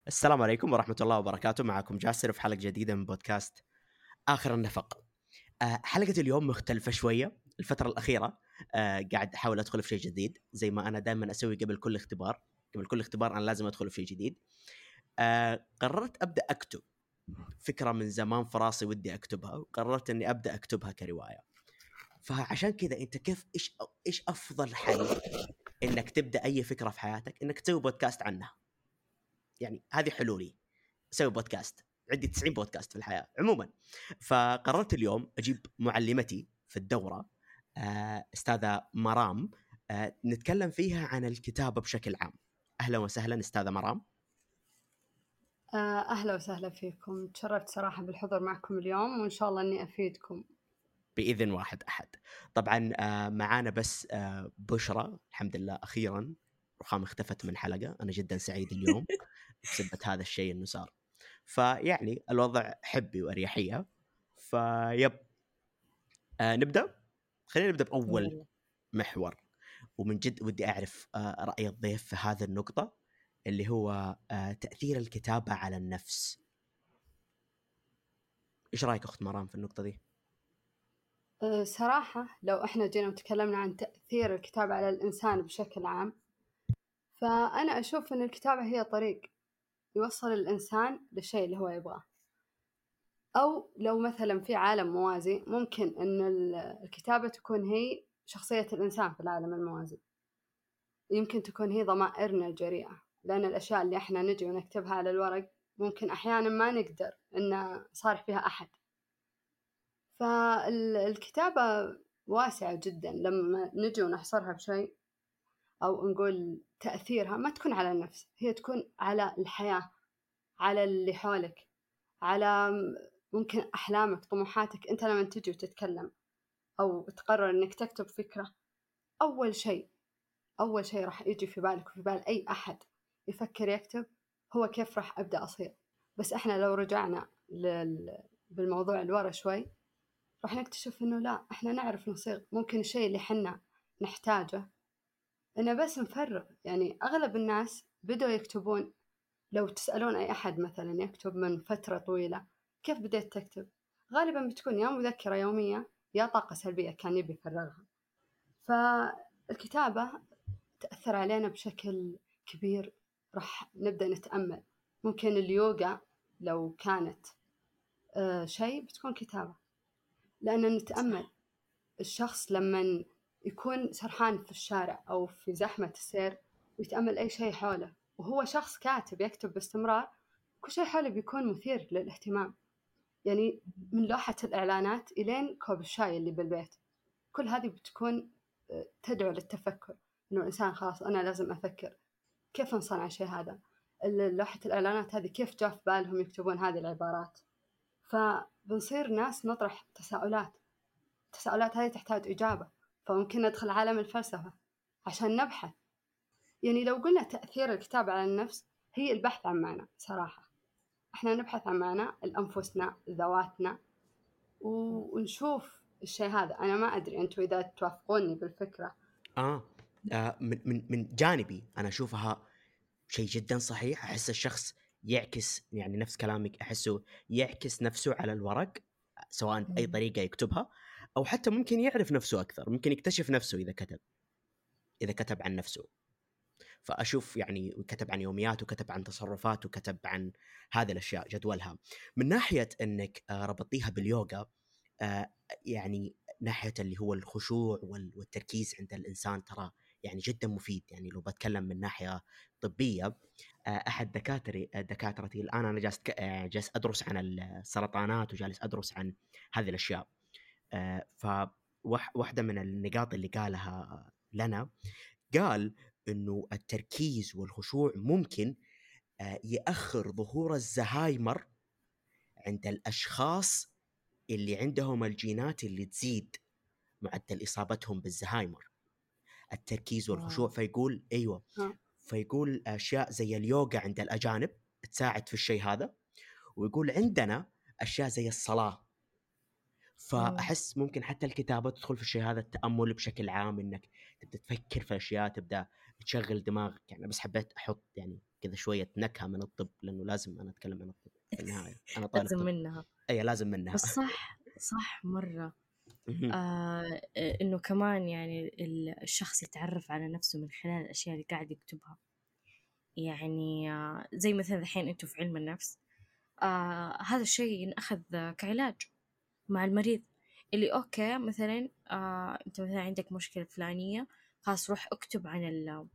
السلام عليكم ورحمة الله وبركاته. معكم جاسر في حلقة جديدة من بودكاست آخر النفق. حلقة اليوم مختلفة شوية. الفترة الأخيرة قاعد أحاول أدخل في شيء جديد، زي ما أنا دائما أسوي قبل كل اختبار. قبل كل اختبار أنا لازم أدخل في شيء جديد. قررت أبدأ أكتب فكرة من زمان في راسي ودي أكتبها، وقررت أني أبدأ أكتبها كرواية. فعشان كذا أنت كيف إيش أفضل حل إنك تبدأ أي فكرة في حياتك؟ إنك تسوي بودكاست عنها. يعني هذه حلولي. اسوي بودكاست، عندي 90 بودكاست في الحياه عموما. فقررت اليوم اجيب معلمتي في الدوره، استاذه مرام، نتكلم فيها عن الكتابه بشكل عام. اهلا وسهلا استاذه مرام. أهلا وسهلا فيكم. تشرفت صراحة بالحضور معكم اليوم، وإن شاء الله أني أفيدكم. باذن واحد احد. طبعا معانا بس بشرى، الحمد لله اخيرا رخام اختفت من حلقه. انا جدا سعيد اليوم بسبه هذا الشيء انه صار. فيعني الوضع حبي واريحيه. فيب نبدا. خلينا نبدا باول يلا. محور. ومن جد ودي أعرف رأي الضيف في هذه النقطة، اللي هو تأثير الكتابة على النفس. إيش رأيك أخت مرام في النقطة دي؟ صراحة لو إحنا جينا وتكلمنا عن تأثير الكتابة على الإنسان بشكل عام، فأنا أشوف أن الكتابة هي طريق يوصل الإنسان للشيء اللي هو يبغاه. أو لو مثلا في عالم موازي، ممكن أن الكتابة تكون هي شخصية الإنسان في العالم الموازي. يمكن تكون هي ضمائرنا الجريئة، لأن الأشياء اللي إحنا نجي ونكتبها على الورق ممكن أحيانا ما نقدر أن صارح فيها أحد. فالكتابة واسعة جدا، لما نجي ونحصرها بشيء أو نقول تأثيرها ما تكون على النفس، هي تكون على الحياة، على اللي حولك، على ممكن أحلامك، طموحاتك. أنت لما تجي وتتكلم أو تقرر أنك تكتب فكرة، أول شيء راح يجي في بالك وفي بال أي أحد يفكر يكتب هو كيف راح أبدأ أصيغ. بس إحنا لو رجعنا بالموضوع لورا شوي، راح نكتشف إنه لا، إحنا نعرف نصيغ. ممكن الشيء اللي حنا نحتاجه إنه بس نفرغ. يعني أغلب الناس بدوا يكتبون. لو تسألون أي أحد مثلا يكتب من فترة طويلة، كيف بديت تكتب؟ غالبا بتكون يا مذكرة يومية يا طاقة سلبية كان يبي يفرغها. فالكتابة تأثر علينا بشكل كبير. راح نبدأ نتأمل. ممكن اليوغا لو كانت شيء بتكون كتابة، لأن نتأمل. صح. الشخص لما يكون سرحان في الشارع أو في زحمة السير ويتأمل أي شيء حوله، وهو شخص كاتب يكتب باستمرار، كل شيء حوله بيكون مثير للاهتمام. يعني من لوحة الإعلانات إلين كوب الشاي اللي بالبيت، كل هذه بتكون تدعو للتفكر. إنه الإنسان خلاص أنا لازم أفكر كيف نصنع الشيء هذا. لوحة الإعلانات هذه كيف جاء في بالهم يكتبون هذه العبارات؟ فبنصير ناس نطرح تساؤلات. التساؤلات هذه تحتاج إجابة. فممكن ندخل عالم الفلسفة عشان نبحث. يعني لو قلنا تأثير الكتاب على النفس، هي البحث عن معنى. صراحة إحنا نبحث عن معنى لأنفسنا، ذواتنا، ونشوف الشيء هذا. أنا ما أدري أنتوا إذا توافقوني بالفكرة. من جانبي أنا أشوفها شيء جدا صحيح. أحس الشخص يعكس، يعني نفس كلامك، أحسه يعكس نفسه على الورق، سواء بأي طريقة يكتبها، أو حتى ممكن يعرف نفسه أكثر، ممكن يكتشف نفسه إذا كتب عن نفسه. فأشوف يعني كتب عن يوميات، وكتب عن تصرفات، وكتب عن هذه الأشياء جدولها. من ناحية أنك ربطيها باليوغا، يعني ناحية اللي هو الخشوع والتركيز عند الإنسان، ترى يعني جدا مفيد. يعني لو بتكلم من ناحية طبية، أحد دكاترتي الآن، أنا جالس أدرس عن السرطانات، وجالس أدرس عن هذه الأشياء. فواحدة من النقاط اللي قالها لنا، قال إنه التركيز والخشوع ممكن يأخر ظهور الزهايمر عند الأشخاص اللي عندهم الجينات اللي تزيد معدل إصابتهم بالزهايمر. التركيز والخشوع. واو. فيقول أيوة. ها. فيقول أشياء زي اليوغا عند الأجانب تساعد في الشيء هذا، ويقول عندنا أشياء زي الصلاة. واو. فأحس ممكن حتى الكتابة تدخل في الشيء هذا، التأمل بشكل عام، إنك تبدأ تفكر في أشياء، تبدأ تشغل دماغك. يعني بس حبيت أحط يعني كذا شويه نكهه من الطب، لانه لازم انا اتكلم عن الطب في النهايه، انا طالب لازم طب. منها. اي لازم منها. بس صح مرة. مهم. إنه كمان يعني الشخص يتعرف على نفسه من خلال الأشياء اللي قاعد يكتبها. يعني زي مثلا الحين أنتوا في علم النفس، هذا الشيء ينأخذ كعلاج مع المريض، اللي أوكي مثلا أنت مثلا عندك مشكلة فلانية، خلاص روح اكتب عن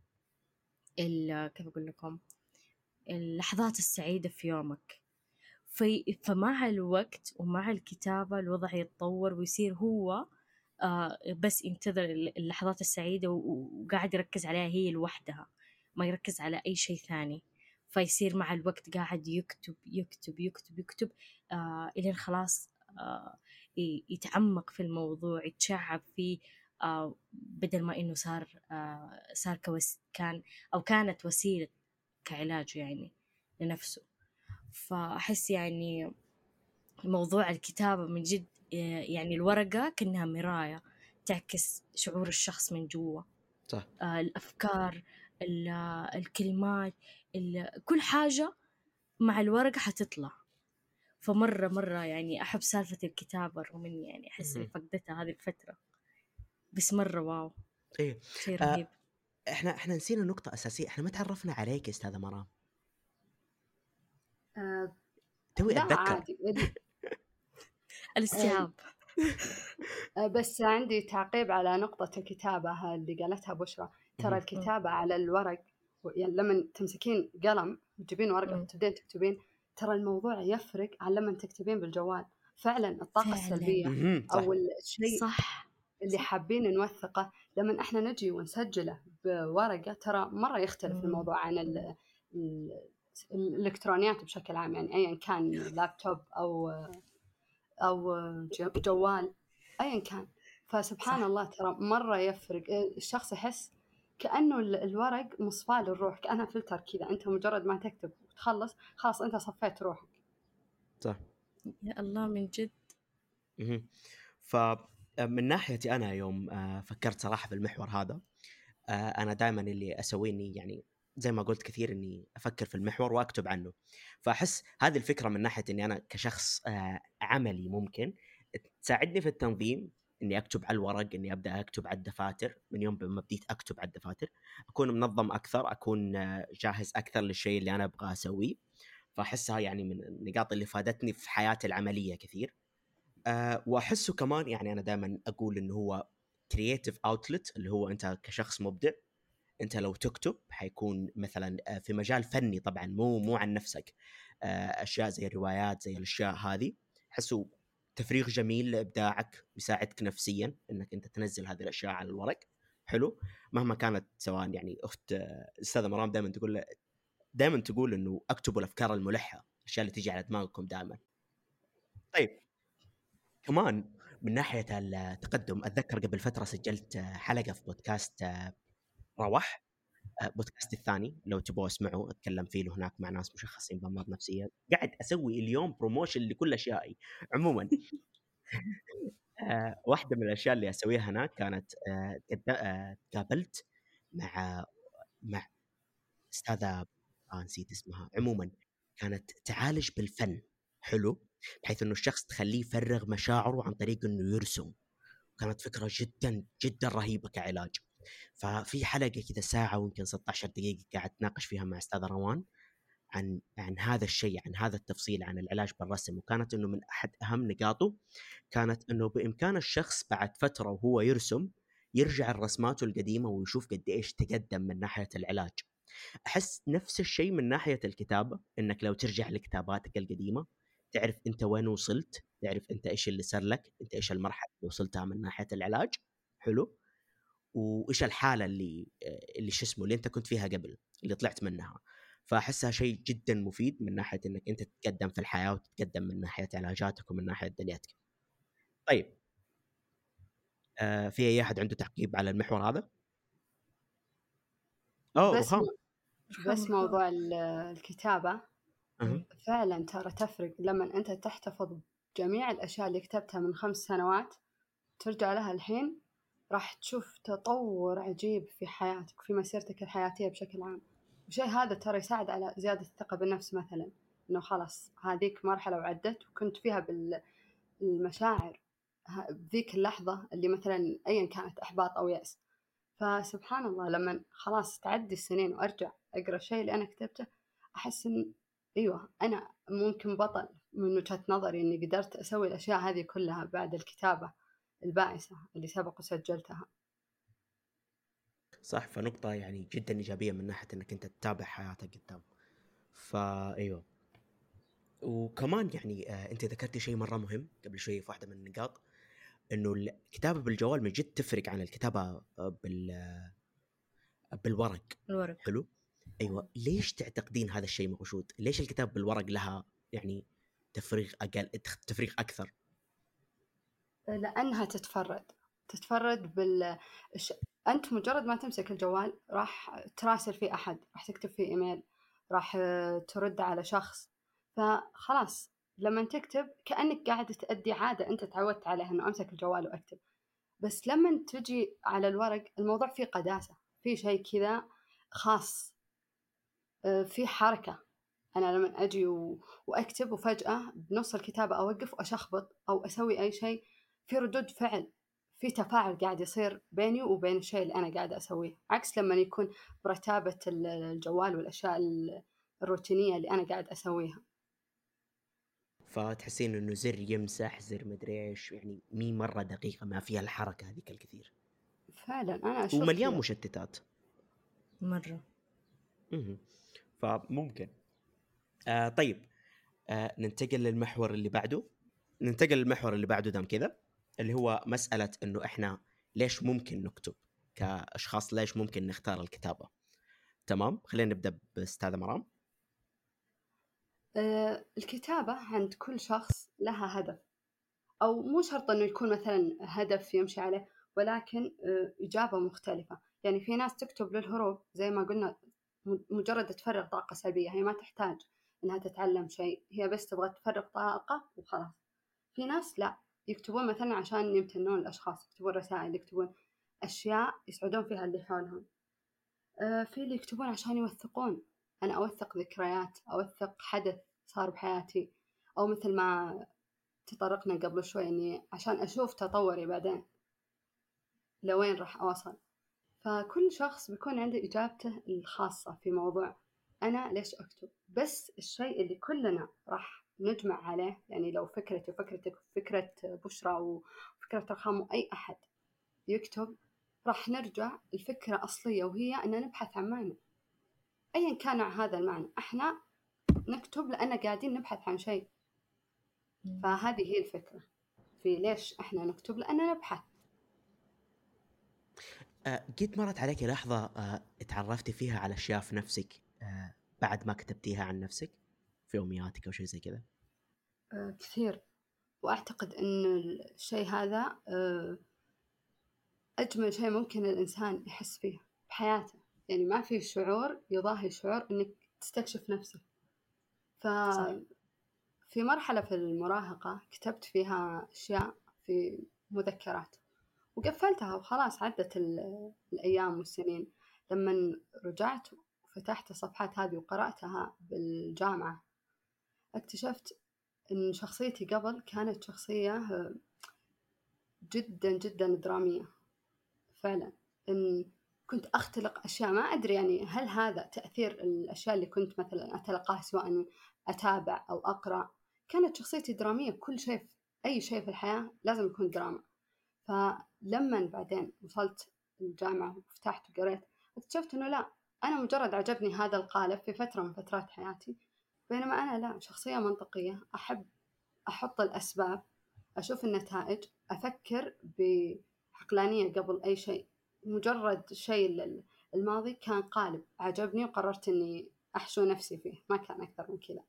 كيف أقول لكم، اللحظات السعيدة في يومك. فمع الوقت ومع الكتابة الوضع يتطور ويصير هو بس ينتظر اللحظات السعيدة وقاعد يركز عليها هي لوحدها، ما يركز على أي شيء ثاني. فيصير مع الوقت قاعد يكتب يكتب يكتب يكتب إلين خلاص يتعمق في الموضوع، يتشعب فيه، بدل ما إنه صار كانت وسيلة كعلاج يعني لنفسه. فأحس يعني موضوع الكتابة من جد، يعني الورقة كأنها مراية تعكس شعور الشخص من جوا. صح. الأفكار، الكلمات، كل حاجة مع الورقة حتطلع. فمرة يعني أحب سالفة الكتابة، رغم إني يعني أحس إني مهم. فقدتها هذه الفترة، بس مرة واو، ايه. شيء رهيب. احنا نسينا نقطه اساسيه، احنا ما تعرفنا عليك يا استاذه مرام. آه توي لا اتذكر. عادي. آه الاستيعاب. بس عندي تعقيب على نقطة الكتابة اللي قالتها بشرى. ترى مهم. الكتابة على الورق، يعني لما تمسكين قلم وتجيبين ورقة وتبدين تكتبين، ترى الموضوع يفرق عن لما تكتبين بالجوال. فعلا الطاقة فعلا السلبية مهم. صح. أو الشيء صح اللي صح. حابين نوثقه لما احنا نجي ونسجله بورقة، ترى مرة يختلف الموضوع عن الإلكترونيات بشكل عام، يعني أيا كان لابتوب أو جوال، أيا كان. فسبحان صح. الله ترى مرة يفرق. الشخص يحس كأنه الورق مصفاة للروح، كأنها فلتر كذا، أنت مجرد ما تكتب وتخلص خلاص أنت صفيت روحك. صح. يا الله من جد. مهم. فمن ناحيتي انا يوم فكرت صراحه في المحور هذا، انا دائما اللي اسويه اني يعني زي ما قلت كثير اني افكر في المحور واكتب عنه. فاحس هذه الفكره من ناحيه اني انا كشخص عملي ممكن تساعدني في التنظيم، اني اكتب على الورق، اني ابدا اكتب على الدفاتر. من يوم ما بديت اكتب على الدفاتر اكون منظم اكثر، اكون جاهز اكثر للشيء اللي انا ابغى اسويه. فاحسها يعني من النقاط اللي فادتني في حياتي العمليه كثير. واحسه كمان يعني انا دائما اقول انه هو كرييتيف اوتلت، اللي هو انت كشخص مبدع، انت لو تكتب حيكون مثلا في مجال فني طبعا، مو عن نفسك، اشياء زي الروايات زي الاشياء هذه، احسه تفريغ جميل لابداعك، يساعدك نفسيا انك انت تنزل هذه الاشياء على الورق. حلو. مهما كانت، سواء يعني اخت استاذه مرام دائما تقول انه اكتبوا الافكار الملحه، الاشياء اللي تيجي على دماغكم دائما. طيب كمان من ناحيه التقدم، اتذكر قبل فتره سجلت حلقه في بودكاست روح، بودكاست الثاني لو تبغوا اسمعوا، اتكلم فيه له هناك مع ناس مشخصين بامراض نفسيه. قاعد اسوي اليوم بروموشن لكل اشيائي عموما. واحده من الاشياء اللي اسويها هناك كانت تقابلت مع استاذه نسيت اسمها، عموما كانت تعالج بالفن. حلو. بحيث انه الشخص تخليه يفرغ مشاعره عن طريق انه يرسم. كانت فكره جدا جدا رهيبه كعلاج. ففي حلقه كذا ساعه ويمكن 16 دقيقه قاعد اتناقش فيها مع استاذه روان عن هذا الشيء، عن هذا التفصيل، عن العلاج بالرسم. وكانت انه من احد اهم نقاطه كانت انه بامكان الشخص بعد فتره وهو يرسم يرجع لرسماته القديمه ويشوف قد ايش تقدم من ناحيه العلاج. احس نفس الشيء من ناحيه الكتابه، انك لو ترجع لكتاباتك القديمه تعرف انت وين وصلت، تعرف انت ايش اللي صار لك، انت ايش المرحله اللي وصلتها من ناحيه العلاج. حلو. وايش الحاله اللي شو اسمه اللي انت كنت فيها قبل، اللي طلعت منها. فاحسها شيء جدا مفيد من ناحيه انك انت تتقدم في الحياه وتتقدم من ناحيه علاجاتك ومن ناحيه دنيتك. طيب في اي احد عنده تعقيب على المحور هذا؟ بس رخام. رخام بس رخام. موضوع الكتابة أه. فعلا ترى تفرق لما أنت تحتفظ جميع الأشياء اللي كتبتها من 5 سنوات، ترجع لها الحين راح تشوف تطور عجيب في حياتك، في مسيرتك الحياتية بشكل عام. وشيء هذا ترى يساعد على زيادة الثقة بالنفس. مثلا إنه خلاص هذيك مرحلة وعدت وكنت فيها بالمشاعر ذيك اللحظة اللي مثلا أيا كانت إحباط أو يأس. فسبحان الله لما خلاص تعدي السنين وأرجع أقرأ الشيء اللي أنا كتبته أحس إن أيوة أنا ممكن بطل من وجهة نظري إني قدرت أسوي الأشياء هذه كلها بعد الكتابة البائسة اللي سبق وسجلتها. صح، فنقطة يعني جدا إيجابية من ناحية أنك أنت تتابع حياتك قدام. فأيوه، وكمان يعني أنت ذكرتي شيء مرة مهم قبل شوي في واحدة من النقاط، إنه الكتابة بالجوال من جد تفرق عن الكتابة بالورق. الورق. حلو. أيوه، ليش تعتقدين هذا الشيء موجود؟ ليش الكتاب بالورق لها يعني تفريغ أقل، تفريغ أكثر؟ لأنها تتفرد أنت مجرد ما تمسك الجوال راح تراسل فيه أحد، راح تكتب فيه إيميل، راح ترد على شخص. فخلاص لما تكتب كأنك قاعد تأدي عادة أنت تعودت عليها، إنه أمسك الجوال وأكتب. بس لما تجي على الورق الموضوع فيه قداسة، فيه شيء كذا خاص، فيه حركة. أنا لما أجي وأكتب وفجأة بنص الكتابة أوقف وأشخبط أو أسوي أي شيء، في ردود فعل، في تفاعل قاعد يصير بيني وبين الشيء اللي أنا قاعدة أسويه، عكس لما يكون برتابة الجوال والأشياء الروتينية اللي أنا قاعد أسويها. فتحسين إنه زر يمسح، زر مدري إيش، يعني مي مرة دقيقة، ما فيها الحركة هذيك الكثير، فعلا أنا أشوف ومليان كذا. مشتتات مرة. فممكن طيب ننتقل للمحور اللي بعده دام كذا، اللي هو مسألة إنه إحنا ليش ممكن نكتب كأشخاص، ليش ممكن نختار الكتابة. تمام، خلينا نبدأ بأستاذة مرام. الكتابة عند كل شخص لها هدف، أو مو شرط إنه يكون مثلا هدف يمشي عليه، ولكن إجابة مختلفة. يعني في ناس تكتب للهروب زي ما قلنا، مجرد تفرغ طاقة سلبية، هي ما تحتاج إنها تتعلم شيء، هي بس تبغى تفرغ طاقة وخلاص. في ناس لا، يكتبون مثلا عشان يمتنون الأشخاص، يكتبون رسائل، يكتبون أشياء يسعدون فيها اللي حولهم. في اللي يكتبون عشان يوثقون، أنا أوثق ذكريات، أوثق حدث صار بحياتي، أو مثل ما تطرقنا قبل شوي إني عشان أشوف تطوري بعدين لوين راح أوصل. فكل شخص بيكون عنده إجابته الخاصة في موضوع أنا ليش أكتب. بس الشيء اللي كلنا راح نجمع عليه، يعني لو فكرتي وفكرتك وفكرة بشرى وفكرة رخام وأي أحد يكتب، راح نرجع الفكرة أصلية، وهي أن نبحث عن معنى أيا كان هذا المعنى. إحنا نكتب لأن قاعدين نبحث عن شيء. فهذه هي الفكرة في ليش إحنا نكتب، لأننا نبحث. قد مرت عليك لحظة اتعرفتي فيها على أشياء في نفسك بعد ما كتبتيها عن نفسك في يومياتك أو شيء زي كذا؟ كثير، وأعتقد أن الشيء هذا أجمل شيء ممكن الإنسان يحس فيه بحياته. يعني ما في شعور يضاهي شعور أنك تستكشف نفسك. ففي مرحلة في المراهقة كتبت فيها أشياء في مذكرات وقفلتها وخلاص، عدت الأيام والسنين. لما رجعت وفتحت الصفحات هذه وقرأتها بالجامعة، اكتشفت أن شخصيتي قبل كانت شخصية جدا جدا درامية فعلا. إن كنت أختلق أشياء ما أدري يعني هل هذا تأثير الأشياء اللي كنت مثلا أتلقاها، سواء أتابع أو أقرأ. كانت شخصيتي درامية، كل شيء، أي شيء في الحياة لازم يكون دراما. فلما بعدين وصلت الجامعة وفتحت وقريت، اكتشفت إنه لا، أنا مجرد عجبني هذا القالب في فترة من فترات حياتي، بينما أنا لا، شخصية منطقية، أحب أحط الأسباب، أشوف النتائج، أفكر بعقلانية قبل أي شيء. مجرد شيء الماضي كان قالب عجبني وقررت إني أحشو نفسي فيه، ما كان أكثر من كذا.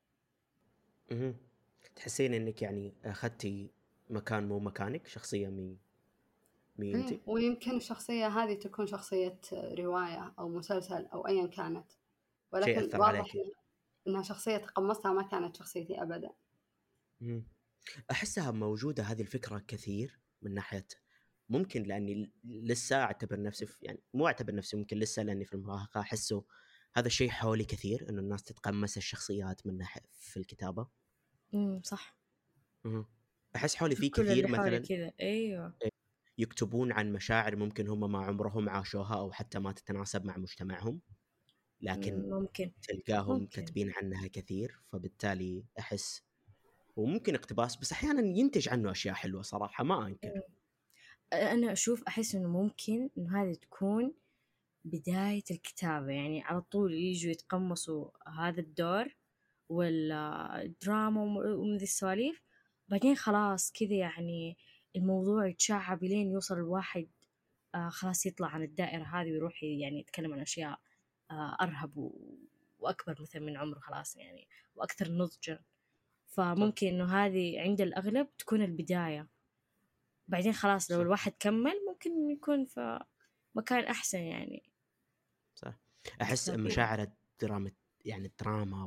تحسين إنك يعني أخذتي مكان مو مكانك، شخصية مي أنتي؟ ويمكن الشخصية هذه تكون شخصية رواية أو مسلسل أو أيا كانت، شيء ولكن أثر واضح عليكي. إنها شخصية تقمصتها، ما كانت شخصيتي أبدا. أحسها موجودة هذه الفكرة كثير من ناحية، ممكن لأني لسه أعتبر نفسي يعني مو أعتبر نفسي، ممكن لسه لأني في المراهقة أحسه هذا الشيء حولي كثير، انه الناس تتقمص الشخصيات من ناحية في الكتابة. صح. مهم. احس حولي شوف في كل اللي كثير حولي مثلا كذا. أيوة. يكتبون عن مشاعر ممكن هم ما عمرهم عاشوها او حتى ما تتناسب مع مجتمعهم، لكن ممكن. تلقاهم ممكن. كاتبين عنها كثير، فبالتالي احس وممكن اقتباس، بس احيانا ينتج عنه اشياء حلوه صراحه ما انكر. أنا أحس إنه ممكن إنه هذه تكون بداية الكتابة، يعني على طول يجوا يتقمصوا هذا الدور والدراما ومن ذي السواليف، بعدين خلاص كذا يعني الموضوع يتشعب لين يوصل الواحد خلاص يطلع عن الدائرة هذه ويروح يعني يتكلم عن أشياء أرهب وأكبر مثلا من عمره خلاص يعني، وأكثر نضجا. صح فممكن إنه هذه عند الأغلب تكون البداية، بعدين خلاص لو صح الواحد كمل ممكن يكون في مكان أحسن يعني. صح. احس كتابين. مشاعر الدراما، يعني الدراما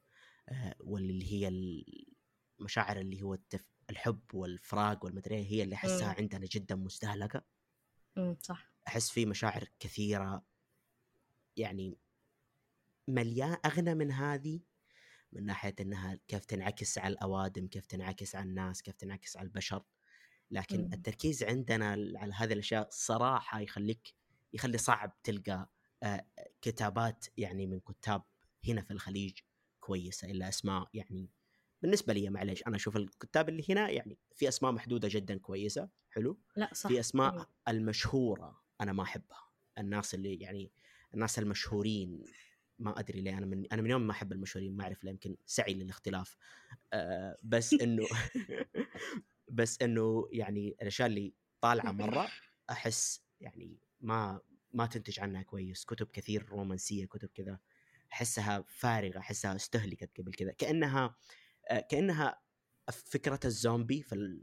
واللي هي المشاعر اللي هو الحب والفراق والمدري هي اللي احسها مم. عندنا جدا مستهلكه. صح. احس في مشاعر كثيره يعني مليان اغنى من هذه، من ناحيه انها كيف تنعكس على الاوادم، كيف تنعكس على الناس، كيف تنعكس على البشر. لكن مم. التركيز عندنا على هذه الاشياء صراحه يخلي صعب تلقى كتابات يعني من كتاب هنا في الخليج كويسه، الا اسماء يعني بالنسبه لي معليش انا اشوف الكتاب اللي هنا يعني في اسماء محدوده جدا كويسه حلو. لا في صح. اسماء المشهوره انا ما احبها، الناس اللي يعني الناس المشهورين ما ادري ليه، انا من يوم ما احب المشهورين، ما اعرف ليه، يمكن سعي للاختلاف. بس انه بس انه يعني الاشياء اللي طالعه مره احس يعني ما تنتج عنها كويس. كتب كثير رومانسيه، كتب كذا احسها فارغه، احسها استهلكت قبل كذا، كانها فكره الزومبي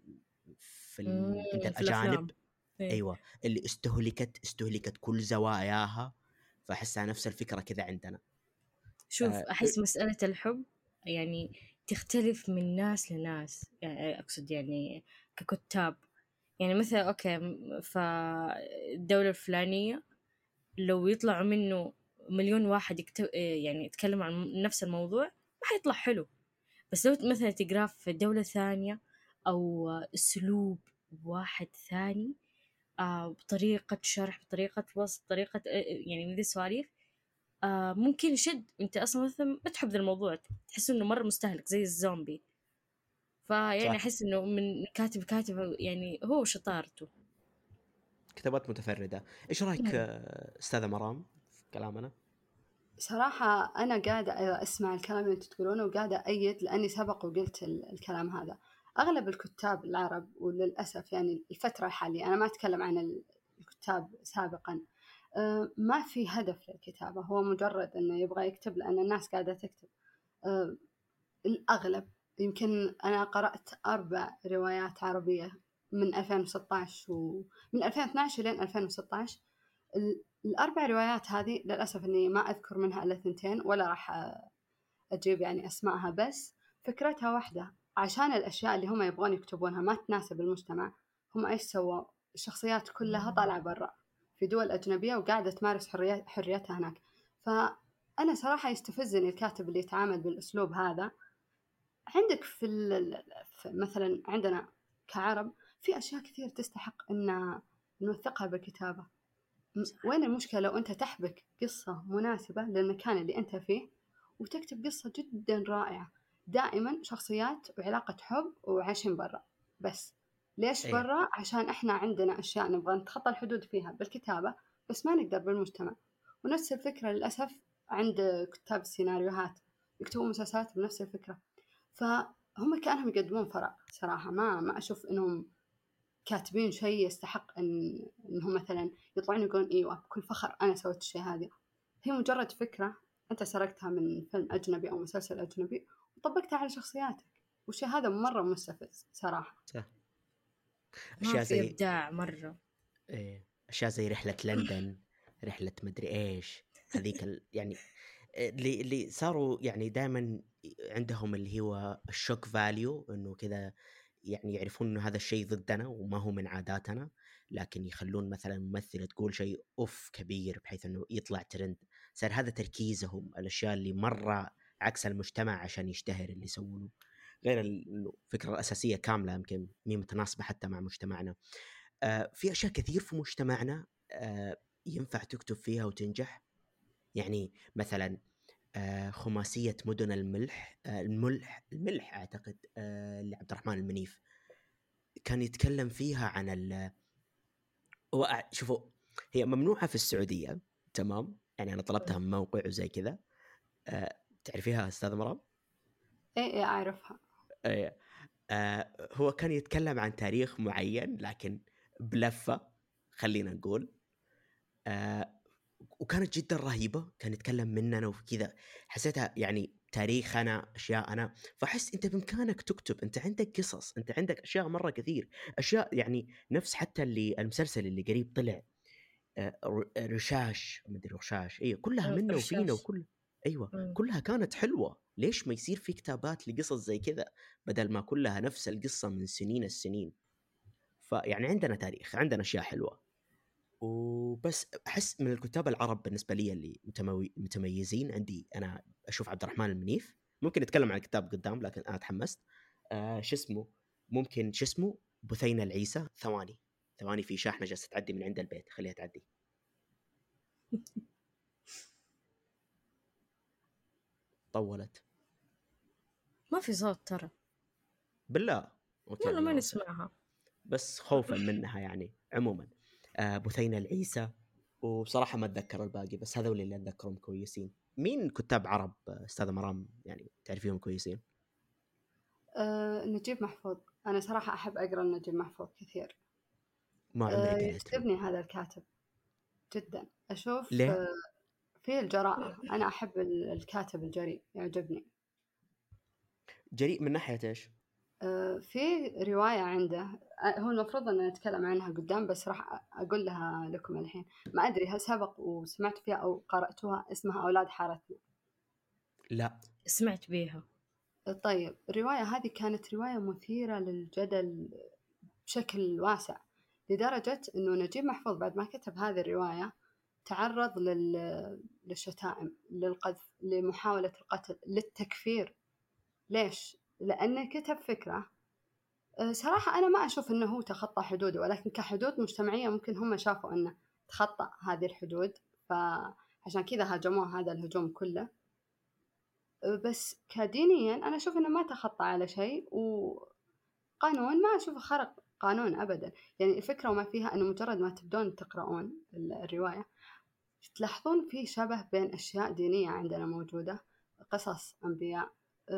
عند في الاجانب. الأفلام. إيه. ايوه، اللي استهلكت كل زواياها، فاحسها نفس الفكره كذا عندنا. شوف أحس مسألة الحب يعني تختلف من ناس لناس، يعني أقصد يعني ككتاب، يعني مثلا أوكي فالدولة الفلانية لو يطلعوا منه مليون واحد يكتب يعني يتكلم عن نفس الموضوع ما حيطلع حلو. بس لو مثلا تقراه في دولة ثانية أو أسلوب واحد ثاني، بطريقة شرح، بطريقة وصف، بطريقة يعني من ذي السواليف، ممكن يشد. أنت أصلا مثلا ما تحب ذا الموضوع، تحس إنه مرة مستهلك زي الزومبي. فيعني صح، أحس إنه من كاتب يعني هو شطارته. كتابات متفرده. ايش رايك مم. استاذه مرام في كلامنا؟ صراحة أنا قاعدة أسمع الكلام اللي تقولونه وقاعدة أيد، لأني سبق وقلت الكلام هذا. أغلب الكتاب العرب وللأسف يعني الفترة الحالية، أنا ما أتكلم عن الكتاب سابقا، ما في هدف للكتابة، هو مجرد أنه يبغى يكتب لأن الناس قاعدة تكتب. آه، الأغلب، يمكن أنا قرأت 4 روايات عربية من 2016 ومن 2012 لين 2016. ال4 روايات هذه للأسف إني ما أذكر منها إلا 2 ولا راح أجيب يعني أسمائها، بس فكرتها واحدة. عشان الأشياء اللي هم يبغون يكتبونها ما تناسب المجتمع، هم إيش سووا؟ الشخصيات كلها طالعة برا في دول أجنبية وقاعدة تمارس حريتها هناك. فأنا صراحة يستفزني الكاتب اللي يتعامل بالأسلوب هذا. عندك مثلا عندنا كعرب في أشياء كثير تستحق إن نوثقها بالكتابة. صح. وين المشكلة لو أنت تحبك قصة مناسبة للمكان اللي أنت فيه وتكتب قصة جدا رائعة؟ دائما شخصيات وعلاقة حب وعايشين برا، بس ليش ايوه برا؟ عشان إحنا عندنا أشياء نبغى نتخطى الحدود فيها بالكتابة بس ما نقدر بالمجتمع. ونفس الفكرة للأسف عند كتاب السيناريوهات، يكتبون مسلسلات بنفس الفكرة. فهم كأنهم يقدمون فراغ صراحة، ما أشوف إنهم كاتبين شيء يستحق إنهم مثلا يطلعون يقولون إيوه بكل فخر أنا سويت الشيء هذا. هي مجرد فكرة أنت سرقتها من فيلم أجنبي أو مسلسل أجنبي وطبقتها على شخصياتك، والشيء هذا مرة مستفز صراحة. صح. ما اشياء في زي إبداع مرة. اشياء زي رحله لندن، رحله مدري ايش، هذيك يعني اللي صاروا يعني دائما عندهم اللي هو الشوك فاليو، انه كذا يعني يعرفون انه هذا الشيء ضدنا وما هو من عاداتنا، لكن يخلون مثلا ممثله تقول شيء اوف كبير بحيث انه يطلع ترند. صار هذا تركيزهم، الاشياء اللي مره عكس المجتمع عشان يشتهر اللي يسوونه، غير انه الفكره الاساسيه كامله يمكن مي متناسبه حتى مع مجتمعنا. في اشياء كثير في مجتمعنا ينفع تكتب فيها وتنجح. يعني مثلا خماسيه مدن الملح، الملح اعتقد، لعبد الرحمن المنيف، كان يتكلم فيها عن شوفوا، هي ممنوعه في السعوديه، تمام؟ يعني انا طلبتها من موقع وزي كذا. تعرفيها استاذ مرام؟ إيه أعرفها. هو كان يتكلم عن تاريخ معين لكن بلفة، خلينا نقول. وكانت جدا رهيبة، كان يتكلم مننا وكذا، حسيتها يعني تاريخنا، أشياء فحس أنت بإمكانك تكتب، أنت عندك قصص، أنت عندك أشياء مرة كثير، أشياء يعني نفس حتى اللي المسلسل اللي قريب طلع، رشاش، مدري رشاش، ايوه كلها منا وفينا رشاش. وكل، ايوه كلها كانت حلوه. ليش ما يصير في كتابات لقصص زي كذا بدل ما كلها نفس القصه من سنين السنين؟ فيعني عندنا تاريخ، عندنا اشياء حلوه. وبس احس من الكتاب العرب بالنسبه لي اللي متميزين عندي، انا اشوف عبد الرحمن المنيف. ممكن نتكلم عن الكتاب قدام لكن انا تحمست. شو اسمه، ممكن شو اسمه، بثينة العيسى. ثواني في شاحنه جالسه تعدي من عند البيت، خليها تعدي. طولت. ما في صوت ترى. بالله اوكي والله ما الله وسع. نسمعها. بس خوفا منها يعني. عموما بثينة العيسى، وبصراحه ما اتذكر الباقي، بس هذول اللي اتذكرهم كويسين. مين كتاب عرب استاذ مرام يعني تعرفيهم كويسين؟ نجيب محفوظ. أنا صراحة أحب أقرأ نجيب محفوظ كثير. ما عمري قرأت له. يجذبني هذا الكاتب جدا. أشوف ليه؟ فيه الجراءة. أنا أحب الكاتب الجريء، يعجبني. جريء من ناحيه ايش؟ في رواية عنده، هو المفروض أن نتكلم عنها قدام، بس راح أقول لها لكم الحين. ما أدري هل سبق وسمعت فيها أو قرأتوها، اسمها أولاد حارتنا. لا. سمعت بيها. طيب الرواية هذه كانت رواية مثيرة للجدل بشكل واسع، لدرجة أنه نجيب محفوظ بعد ما كتب هذه الرواية تعرض للشتائم، للقذف، لمحاولة القتل، للتكفير. ليش؟ لأنه كتب فكرة. صراحة أنا ما أشوف أنه هو تخطى حدوده، ولكن كحدود مجتمعية ممكن هم شافوا أنه تخطى هذه الحدود، فعشان كذا هاجموه هذا الهجوم كله. بس كدينيا أنا أشوف أنه ما تخطى على شيء، وقانون ما أشوفه خرق قانون أبدا. يعني الفكرة وما فيها أنه مجرد ما تبدون تقرؤون الرواية تلاحظون في شبه بين أشياء دينية عندنا موجودة، قصص أنبياء.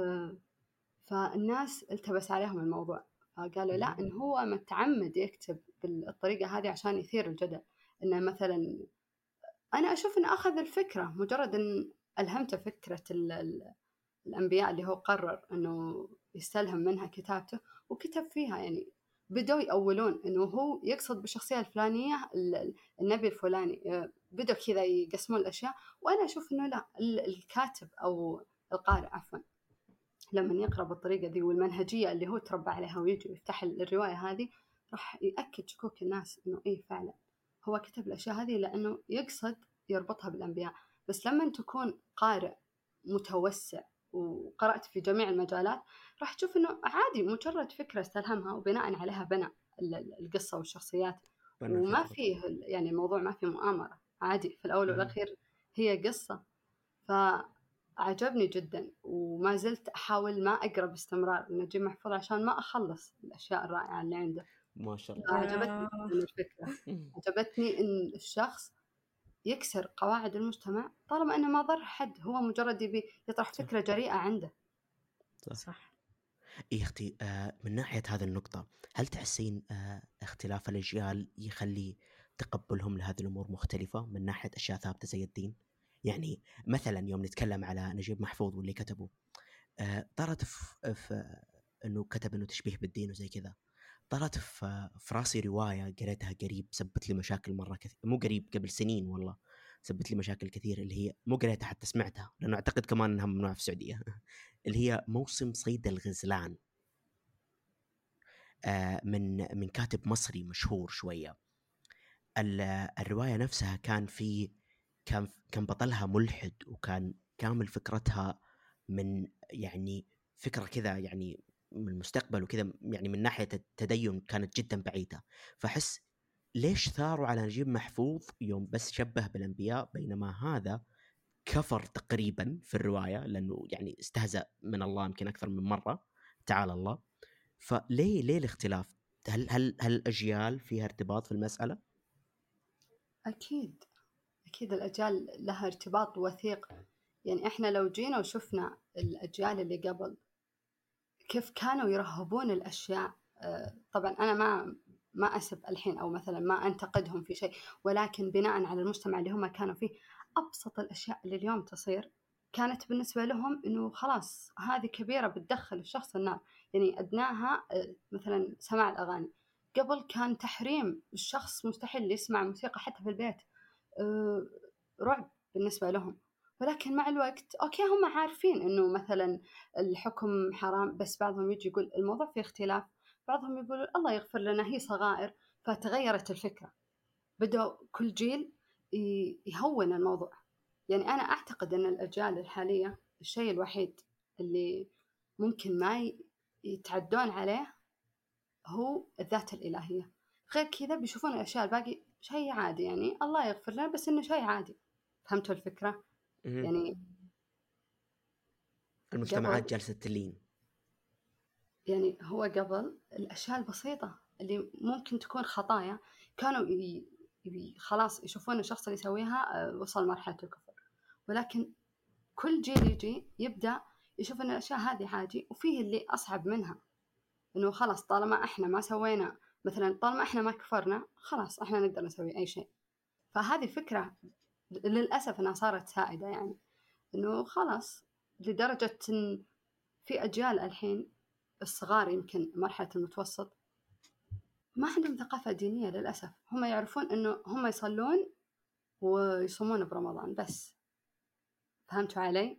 فالناس التبس عليهم الموضوع، فقالوا لا، إن هو متعمد يكتب بالطريقة هذه عشان يثير الجدل. إنه مثلا أنا أشوف إنه أخذ الفكرة، مجرد إن ألهمته فكرة الأنبياء اللي هو قرر إنه يستلهم منها كتابته وكتب فيها. يعني بدوا يأولون إنه هو يقصد بالشخصية الفلانية النبي الفلاني، بدوا كذا يقسمون الأشياء. وأنا أشوف إنه لا، الكاتب أو القارئ عفوا لما يقرأ بالطريقة ذي والمنهجية اللي هو تربى عليها ويجي ويفتح الرواية هذه، راح يأكد شكوك الناس إنه إيه فعلا هو كتب الأشياء هذه لأنه يقصد يربطها بالأنبياء. بس لما تكون قارئ متوسع وقرأت في جميع المجالات، راح تشوف إنه عادي، مجرد فكرة استلهمها وبناء عليها بنى القصة والشخصيات. وما فيه يعني الموضوع ما فيه مؤامرة، عادي في الأول والأخير هي قصة. فعجبني جدا، وما زلت أحاول ما أقرأ باستمرار نجيب محفوظ عشان ما أخلص الأشياء الرائعة اللي عنده. ما شاء الله. عجبتني من الفكرة، عجبتني إن الشخص يكسر قواعد المجتمع طالما أنه ما ضر حد، هو مجرد يبي يطرح فكرة جريئة عنده. صح. إيه أختي، من ناحية هذه النقطة، هل تحسين اختلاف الأجيال يخلي تقبلهم لهذه الأمور مختلفة من ناحية أشياء ثابتة زي الدين؟ يعني مثلا يوم نتكلم على نجيب محفوظ واللي كتبه، طرت في أنه كتب أنه تشبيه بالدين وزي كذا، طرت في راسي رواية قريتها قريب، سبت لي مشاكل مرة كثير، مو قريب، قبل سنين والله، سبت لي مشاكل كثير، اللي هي مو قريتها حتى سمعتها، لأنه أعتقد كمان أنها ممنوعة في السعودية. اللي هي موسم صيد الغزلان، من كاتب مصري مشهور شوية. الرواية نفسها كان في كان بطلها ملحد، وكان كامل فكرتها من يعني فكرة كذا يعني من المستقبل وكذا، يعني من ناحية التدين كانت جدا بعيدة. فأحس ليش ثاروا على نجيب محفوظ يوم بس شبه بالأنبياء، بينما هذا كفر تقريبا في الرواية، لأنه يعني استهزأ من الله يمكن أكثر من مرة، تعالى الله. فليه الاختلاف؟ هل الأجيال فيها ارتباط في المسألة؟ أكيد الأجيال لها ارتباط وثيق. يعني إحنا لو جينا وشفنا الأجيال اللي قبل كيف كانوا يرهبون الأشياء، طبعا أنا ما أسب الحين أو مثلا ما أنتقدهم في شيء، ولكن بناء على المجتمع اللي هم كانوا فيه، أبسط الأشياء اللي اليوم تصير كانت بالنسبة لهم إنه خلاص هذه كبيرة بتدخل الشخص النار. يعني أدناها مثلا سماع الأغاني، قبل كان تحريم، الشخص مستحيل يسمع موسيقى حتى في البيت، آه، رعب بالنسبة لهم. ولكن مع الوقت أوكي هم عارفين إنه مثلا الحكم حرام، بس بعضهم يجي يقول الموضوع فيه اختلاف، بعضهم يقول الله يغفر لنا هي صغائر. فتغيرت الفكرة، بدأ كل جيل يهون الموضوع. يعني أنا أعتقد أن الأجيال الحالية الشيء الوحيد اللي ممكن ما يتعدون عليه هو الذات الإلهية. غير كذا بيشوفون الأشياء الباقي شيء عادي، يعني الله يغفر لنا بس إنه شيء عادي. فهمتوا الفكرة؟ يعني المجتمعات قبل، جالسة تلين. يعني هو قبل الأشياء البسيطة اللي ممكن تكون خطايا كانوا خلاص يشوفون الشخص اللي يسويها وصل مرحلة الكفر. ولكن كل جيل يجي يبدأ يشوف أن الأشياء هذه عادي، وفيه اللي أصعب منها، إنه خلاص طالما إحنا ما سوينا مثلا، طالما إحنا ما كفرنا خلاص إحنا نقدر نسوي أي شيء. فهذه فكرة للأسف أنها صارت سائدة، يعني إنه خلاص لدرجة إن في أجيال الحين الصغار يمكن مرحلة المتوسط ما عندهم ثقافة دينية للأسف. هم يعرفون إنه هم يصلون ويصومون برمضان بس. فهمتوا علي؟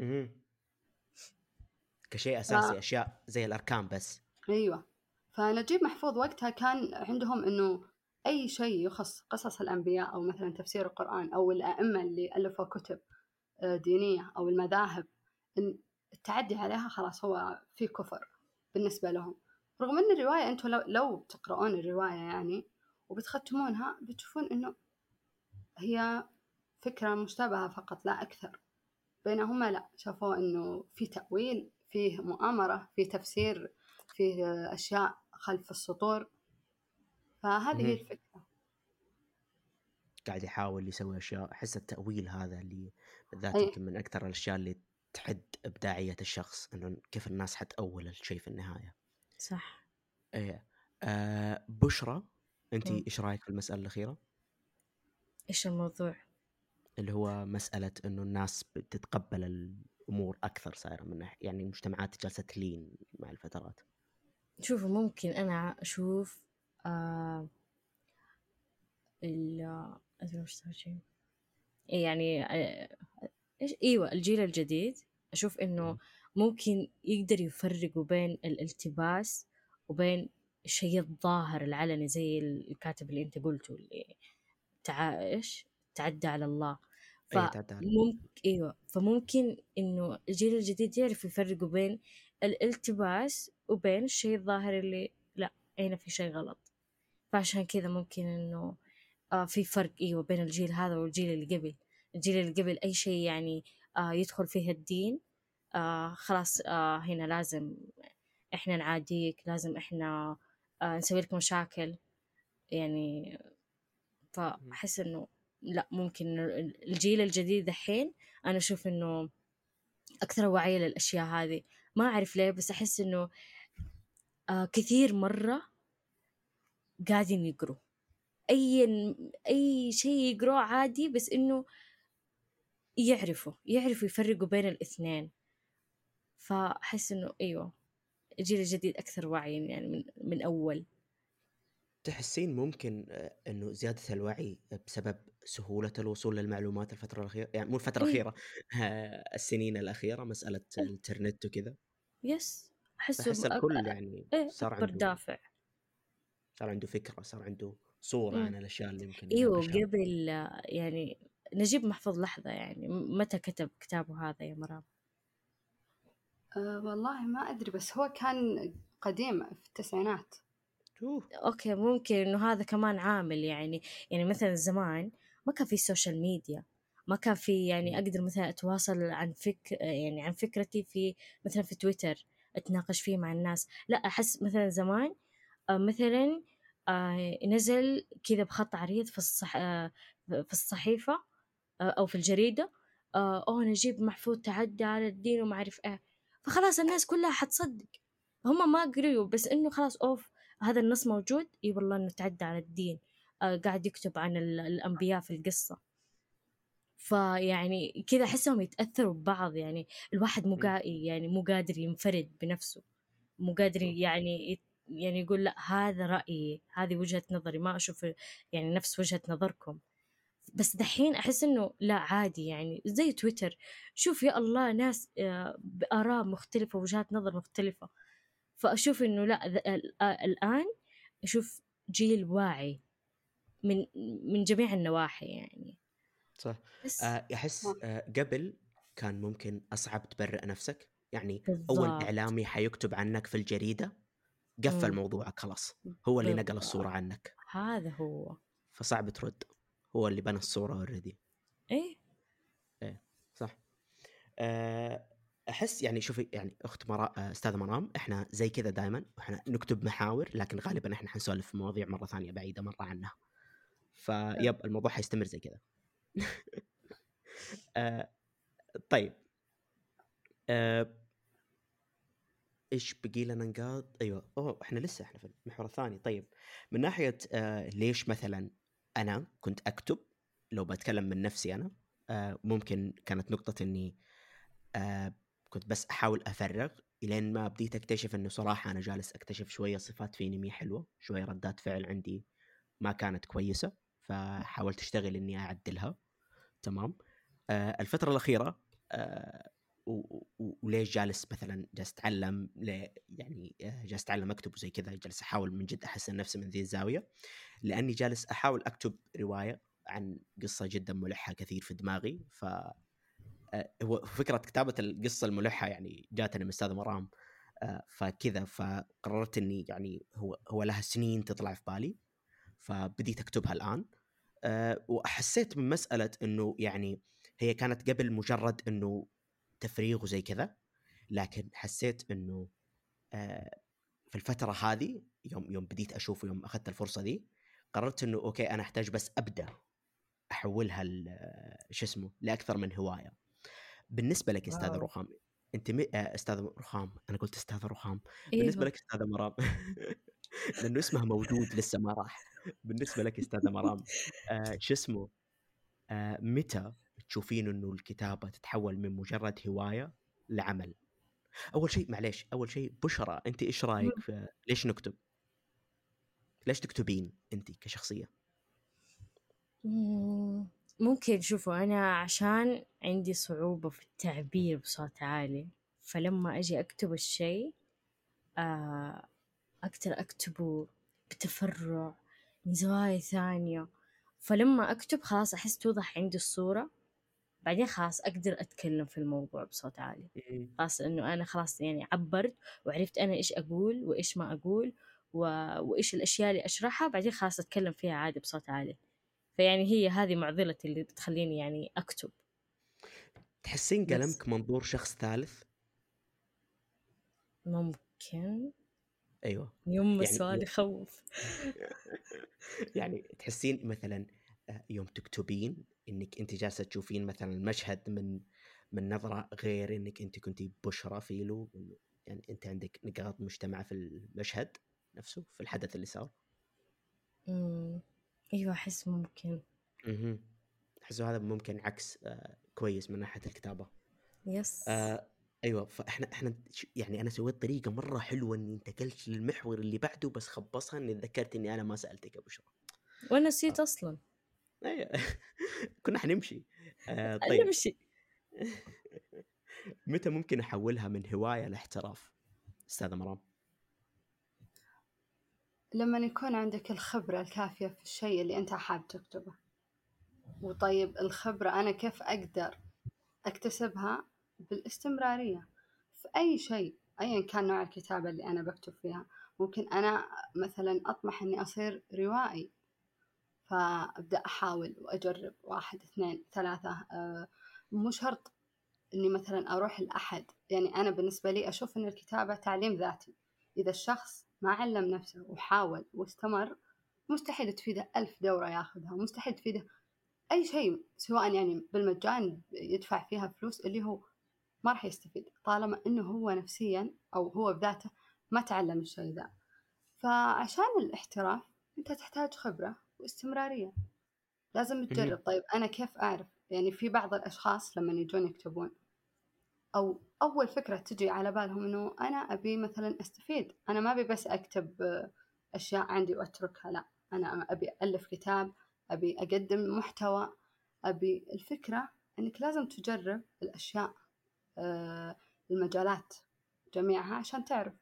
كشيء أساسي، أشياء زي الأركان بس. أيوة. فنجيب محفوظ وقتها كان عندهم إنه أي شيء يخص قصص الأنبياء أو مثلا تفسير القرآن أو الأئمة اللي ألفوا كتب دينية أو المذاهب، إن التعدي عليها خلاص هو في كفر بالنسبة لهم. رغم أن الرواية أنتم لو بتقرؤون الرواية يعني وبتختمونها بتشوفون أنه هي فكرة مشتبهة فقط لا أكثر، بينهما لا، شافوا أنه في تأويل، فيه مؤامرة، فيه تفسير، فيه أشياء خلف السطور. فهذه هي الفكرة. قاعد يحاول يسوي أشياء. أحس التأويل هذا اللي بالذات أي يمكن من أكثر الأشياء اللي تحد إبداعية الشخص، إنه كيف الناس حتأول الشيء في النهاية. صح. إيه. بشرى، أنت مم. إيش رأيك في المسألة الأخيرة؟ إيش الموضوع؟ اللي هو مسألة إنه الناس بتتقبل الأمور أكثر، صايرة من يعني المجتمعات جالسة تلين مع الفترات. شوفوا، ممكن أنا أشوف يعني إيش، أيوة، الجيل الجديد أشوف إنه ممكن يقدر يفرقوا بين الالتباس وبين الشيء الظاهر العلني، زي الكاتب اللي أنت قلته اللي إيش تعدى على الله. أي تعدى على. أيوة، فممكن إنه الجيل الجديد يعرف يفرقوا بين الالتباس وبين الشيء الظاهر اللي لا، هنا في شيء غلط. فعشان كذا ممكن إنه في فرق أيوة بين الجيل هذا والجيل اللي قبل. الجيل اللي قبل أي شيء يعني يدخل فيه الدين خلاص هنا لازم إحنا نعاديك، لازم إحنا نسوي لك مشاكل يعني. فأحس إنه لا، ممكن الجيل الجديد الحين أنا أشوف إنه أكثر وعي للأشياء هذه. ما أعرف ليه، بس أحس إنه كثير مرة قاعدين يقروا أي شيء يقروه عادي، بس إنه يعرفوا يفرقوا بين الاثنين. فأحس إنه أيوة، الجيل الجديد أكثر وعي يعني من أول. تحسين ممكن إنه زيادة الوعي بسبب سهولة الوصول للمعلومات الفترة الأخيرة، يعني مو الفترة إيه. الأخيرة، السنين الأخيرة، مسألة إيه. الإنترنت وكذا. يس، أحسه أحس الكل يعني إيه صار أكبر عنده دافع. صار عنده فكرة، صار عنده صورة مم. عن الأشياء اللي ممكن ايوه، يناقشها. قبل يعني نجيب محفوظ لحظة يعني متى كتب كتابه هذا يا مرام؟ والله ما أدري، بس هو كان قديم في التسعينات. أوكي، ممكن إنه هذا كمان عامل يعني مثلا زمان ما كان في سوشيال ميديا، ما كان في يعني أقدر مثلا أتواصل عن فكرتي في مثلا في تويتر أتناقش فيه مع الناس. لا، أحس مثلا زمان مثلا نزل كذا بخط عريض في الصحيفة أو في الجريدة، أوه نجيب محفوظ تعدى على الدين وما أعرف إيه، فخلاص الناس كلها حتصدق. هم ما قريوا، بس إنه خلاص أوف هذا النص موجود، إي والله إنه تعدى على الدين، قاعد يكتب عن الأنبياء في القصة. فيعني كذا أحسهم يتأثروا ببعض، يعني الواحد يعني مو قادر ينفرد بنفسه، مو قادر يعني يقول لا هذا رأيي، هذه وجهة نظري، ما أشوف يعني نفس وجهة نظركم. بس دحين أحس إنه لا عادي، يعني زي تويتر، شوف يا الله ناس بآراء مختلفة ووجهات نظر مختلفة. فأشوف إنه لا الآن أشوف جيل واعي من جميع النواحي يعني. صح. بس أحس قبل كان ممكن أصعب تبرئ نفسك، يعني أول بالضبط. إعلامي حيكتب عنك في الجريدة قفل موضوعك خلاص، هو اللي نقل الصورة بالضبط، عنك، هذا هو. فصعب ترد، هو اللي بنى الصورة اوريدي. إيه إيه صح. أحس يعني شوفي يعني أستاذة مرام، إحنا زي كذا دائما، إحنا نكتب محاور لكن غالبا إحنا حنسولف في مواضيع مرة ثانية بعيدة مرة عنها، فيب الموضوع حيستمر زي كذا. طيب ايش بقي لنا نقاط؟ ايوه احنا لسه في المحور الثاني. طيب من ناحيه ليش مثلا انا كنت اكتب، لو بتكلم من نفسي انا، ممكن كانت نقطه اني كنت بس احاول افرغ الين ما بديت اكتشف انه صراحه انا جالس اكتشف شويه صفات فيني مي حلوه، شويه ردات فعل عندي ما كانت كويسه، فحاولت اشتغل اني اعدلها. تمام. الفتره الاخيره وليش جالس مثلا جالس اتعلم يعني جالس اتعلم اكتب وزي كذا، جالس احاول من جد احسن نفسي من ذي الزاويه، لاني جالس احاول اكتب روايه عن قصه جدا ملحه كثير في دماغي. ف هو فكره كتابه القصه الملحه يعني جاتني من استاذ مرام، فكذا فقررت اني يعني هو لها سنين تطلع في بالي، فبديت اكتبها الان. وحسيت من مساله انه يعني هي كانت قبل مجرد انه تفريغ وزي كذا، لكن حسيت انه في الفتره هذه يوم بديت اشوف، يوم اخذت الفرصه دي قررت انه اوكي انا احتاج بس ابدا احولها شو اسمه لاكثر من هوايه. بالنسبه لك استاذ واو. رخام، انت استاذ رخام، انا قلت استاذ رخام. بالنسبه ايوه. لك استاذ مرام لانه اسمها موجود لسه ما راح. بالنسبه لك استاذ مرام، شو اسمه، متى تشوفين انه الكتابه تتحول من مجرد هوايه لعمل؟ اول شيء معليش، اول شيء بشرى، انت ايش رايك في ليش نكتب؟ ليش تكتبين انت كشخصيه؟ ممكن شوفوا أنا عشان عندي صعوبة في التعبير بصوت عالي، فلما أجي أكتب الشيء آه، أقدر أكتبه بتفرع من زوايا ثانية، فلما أكتب خلاص أحس توضح عندي الصورة، بعدين خلاص أقدر أتكلم في الموضوع بصوت عالي. خلاص إنه أنا خلاص يعني عبرت وعرفت أنا إيش أقول وإيش ما أقول وإيش الأشياء اللي أشرحها، بعدين خلاص أتكلم فيها عادي بصوت عالي. فيعني هي هذه معضلتي اللي بتخليني يعني أكتب. تحسين بس قلمك منظور شخص ثالث؟ ممكن. ايوه. يوم يعني السؤال يخوف. يعني تحسين مثلا يوم تكتبين انك انت جالسه تشوفين مثلا المشهد من نظره غير انك انت كنتي بشرى فيلو، يعني انت عندك نقاط مجتمعه في المشهد نفسه، في الحدث اللي صار. أيوة أحس ممكن. احس هذا ممكن عكس كويس من ناحيه الكتابه. يس. ايوه. فاحنا يعني انا سويت طريقه مره حلوه اني انتقلت للمحور اللي بعده، بس خبصها اني تذكرت اني انا ما سالتك يا بشرى. وأنا نسيت أصلا. ايوه كنا حنمشي. طيب نمشي. متى ممكن احولها من هوايه لاحتراف استاذه مرام؟ لما يكون عندك الخبرة الكافية في الشيء اللي أنت حاب تكتبه. وطيب الخبرة أنا كيف أقدر أكتسبها؟ بالاستمرارية في أي شيء، أيا كان نوع الكتابة اللي أنا بكتب فيها. ممكن أنا مثلا أطمح إني أصير روائي، فأبدأ أحاول وأجرب 1 2 3. مو شرط إني مثلا أروح لأحد. يعني أنا بالنسبة لي أشوف إن الكتابة تعليم ذاتي. إذا الشخص ما علم نفسه وحاول واستمر، مستحيل تفيده 1000 دورة ياخذها، مستحيل تفيده أي شيء سواء يعني بالمجان يدفع فيها فلوس، اللي هو ما راح يستفيد طالما إنه هو نفسيا أو هو بذاته ما تعلم الشيء ذا. فعشان الاحتراف أنت تحتاج خبرة واستمرارية، لازم تجرب. طيب أنا كيف أعرف؟ يعني في بعض الأشخاص لما يجون يكتبون، أو أول فكرة تجي على بالهم إنه أنا أبي مثلا أستفيد، أنا ما أبي بس أكتب أشياء عندي وأتركها، لا، أنا أبي ألف كتاب، أبي أقدم محتوى. أبي الفكرة إنك لازم تجرب الأشياء، المجالات جميعها عشان تعرف.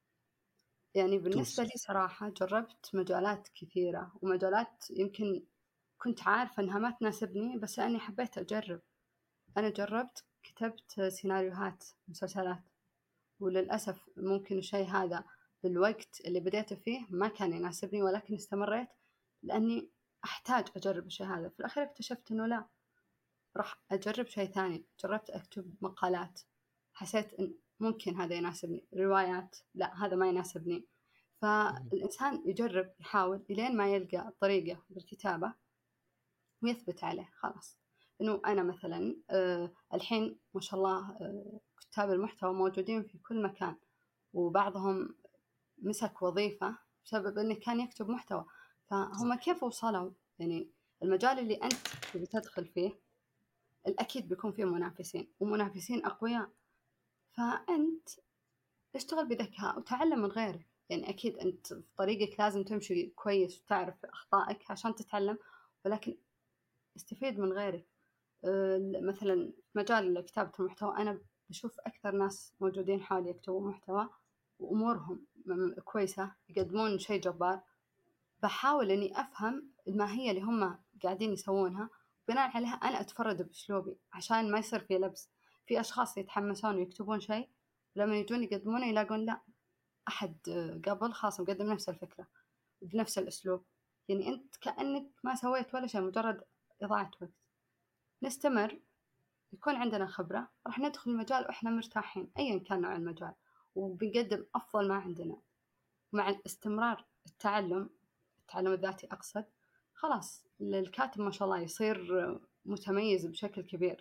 يعني بالنسبة لي توصل. صراحة جربت مجالات كثيرة، ومجالات يمكن كنت عارفة إنها ما تناسبني، بس لأني حبيت أجرب. أنا جربت كتبت سيناريوهات مسلسلات، وللأسف ممكن الشيء هذا بالوقت اللي بديته فيه ما كان يناسبني، ولكن استمريت لأني أحتاج أجرب الشيء هذا. في الأخير اكتشفت إنه لا، راح أجرب شيء ثاني. جربت أكتب مقالات، حسيت إن ممكن هذا يناسبني. روايات، لا هذا ما يناسبني. فالإنسان يجرب يحاول إلين ما يلقى طريقة بالكتابة ويثبت عليه خلاص. إنه أنا مثلا الحين ما شاء الله كتاب المحتوى موجودين في كل مكان، وبعضهم مسك وظيفة بسبب إنه كان يكتب محتوى. فهم كيف وصلوا؟ يعني المجال اللي أنت تبي تدخل فيه الأكيد بيكون فيه منافسين، ومنافسين أقوياء. فأنت اشتغل بذكاء وتعلم من غيرك. يعني أكيد أنت في طريقك لازم تمشي كويس وتعرف أخطائك عشان تتعلم، ولكن استفيد من غيرك. مثلا في مجال كتابة المحتوى أنا بشوف أكثر ناس موجودين حولي يكتبون محتوى وأمورهم كويسة، يقدمون شيء جبار. بحاول إني أفهم الماهية اللي هم قاعدين يسوونها، بناء عليها أنا أتفرد بأسلوبي عشان ما يصير في لبس. في أشخاص يتحمسون ويكتبون شيء، لما يجون يقدمونه يلاقون لا، أحد قبل خلاص مقدم نفس الفكرة بنفس الأسلوب. يعني أنت كأنك ما سويت ولا شيء، مجرد إضاعة وقت. نستمر، يكون عندنا خبرة، راح ندخل المجال وإحنا مرتاحين أيا كان نوع المجال، وبنقدم أفضل ما عندنا. مع الاستمرار التعلم الذاتي أقصد، خلاص الكاتب ما شاء الله يصير متميز بشكل كبير.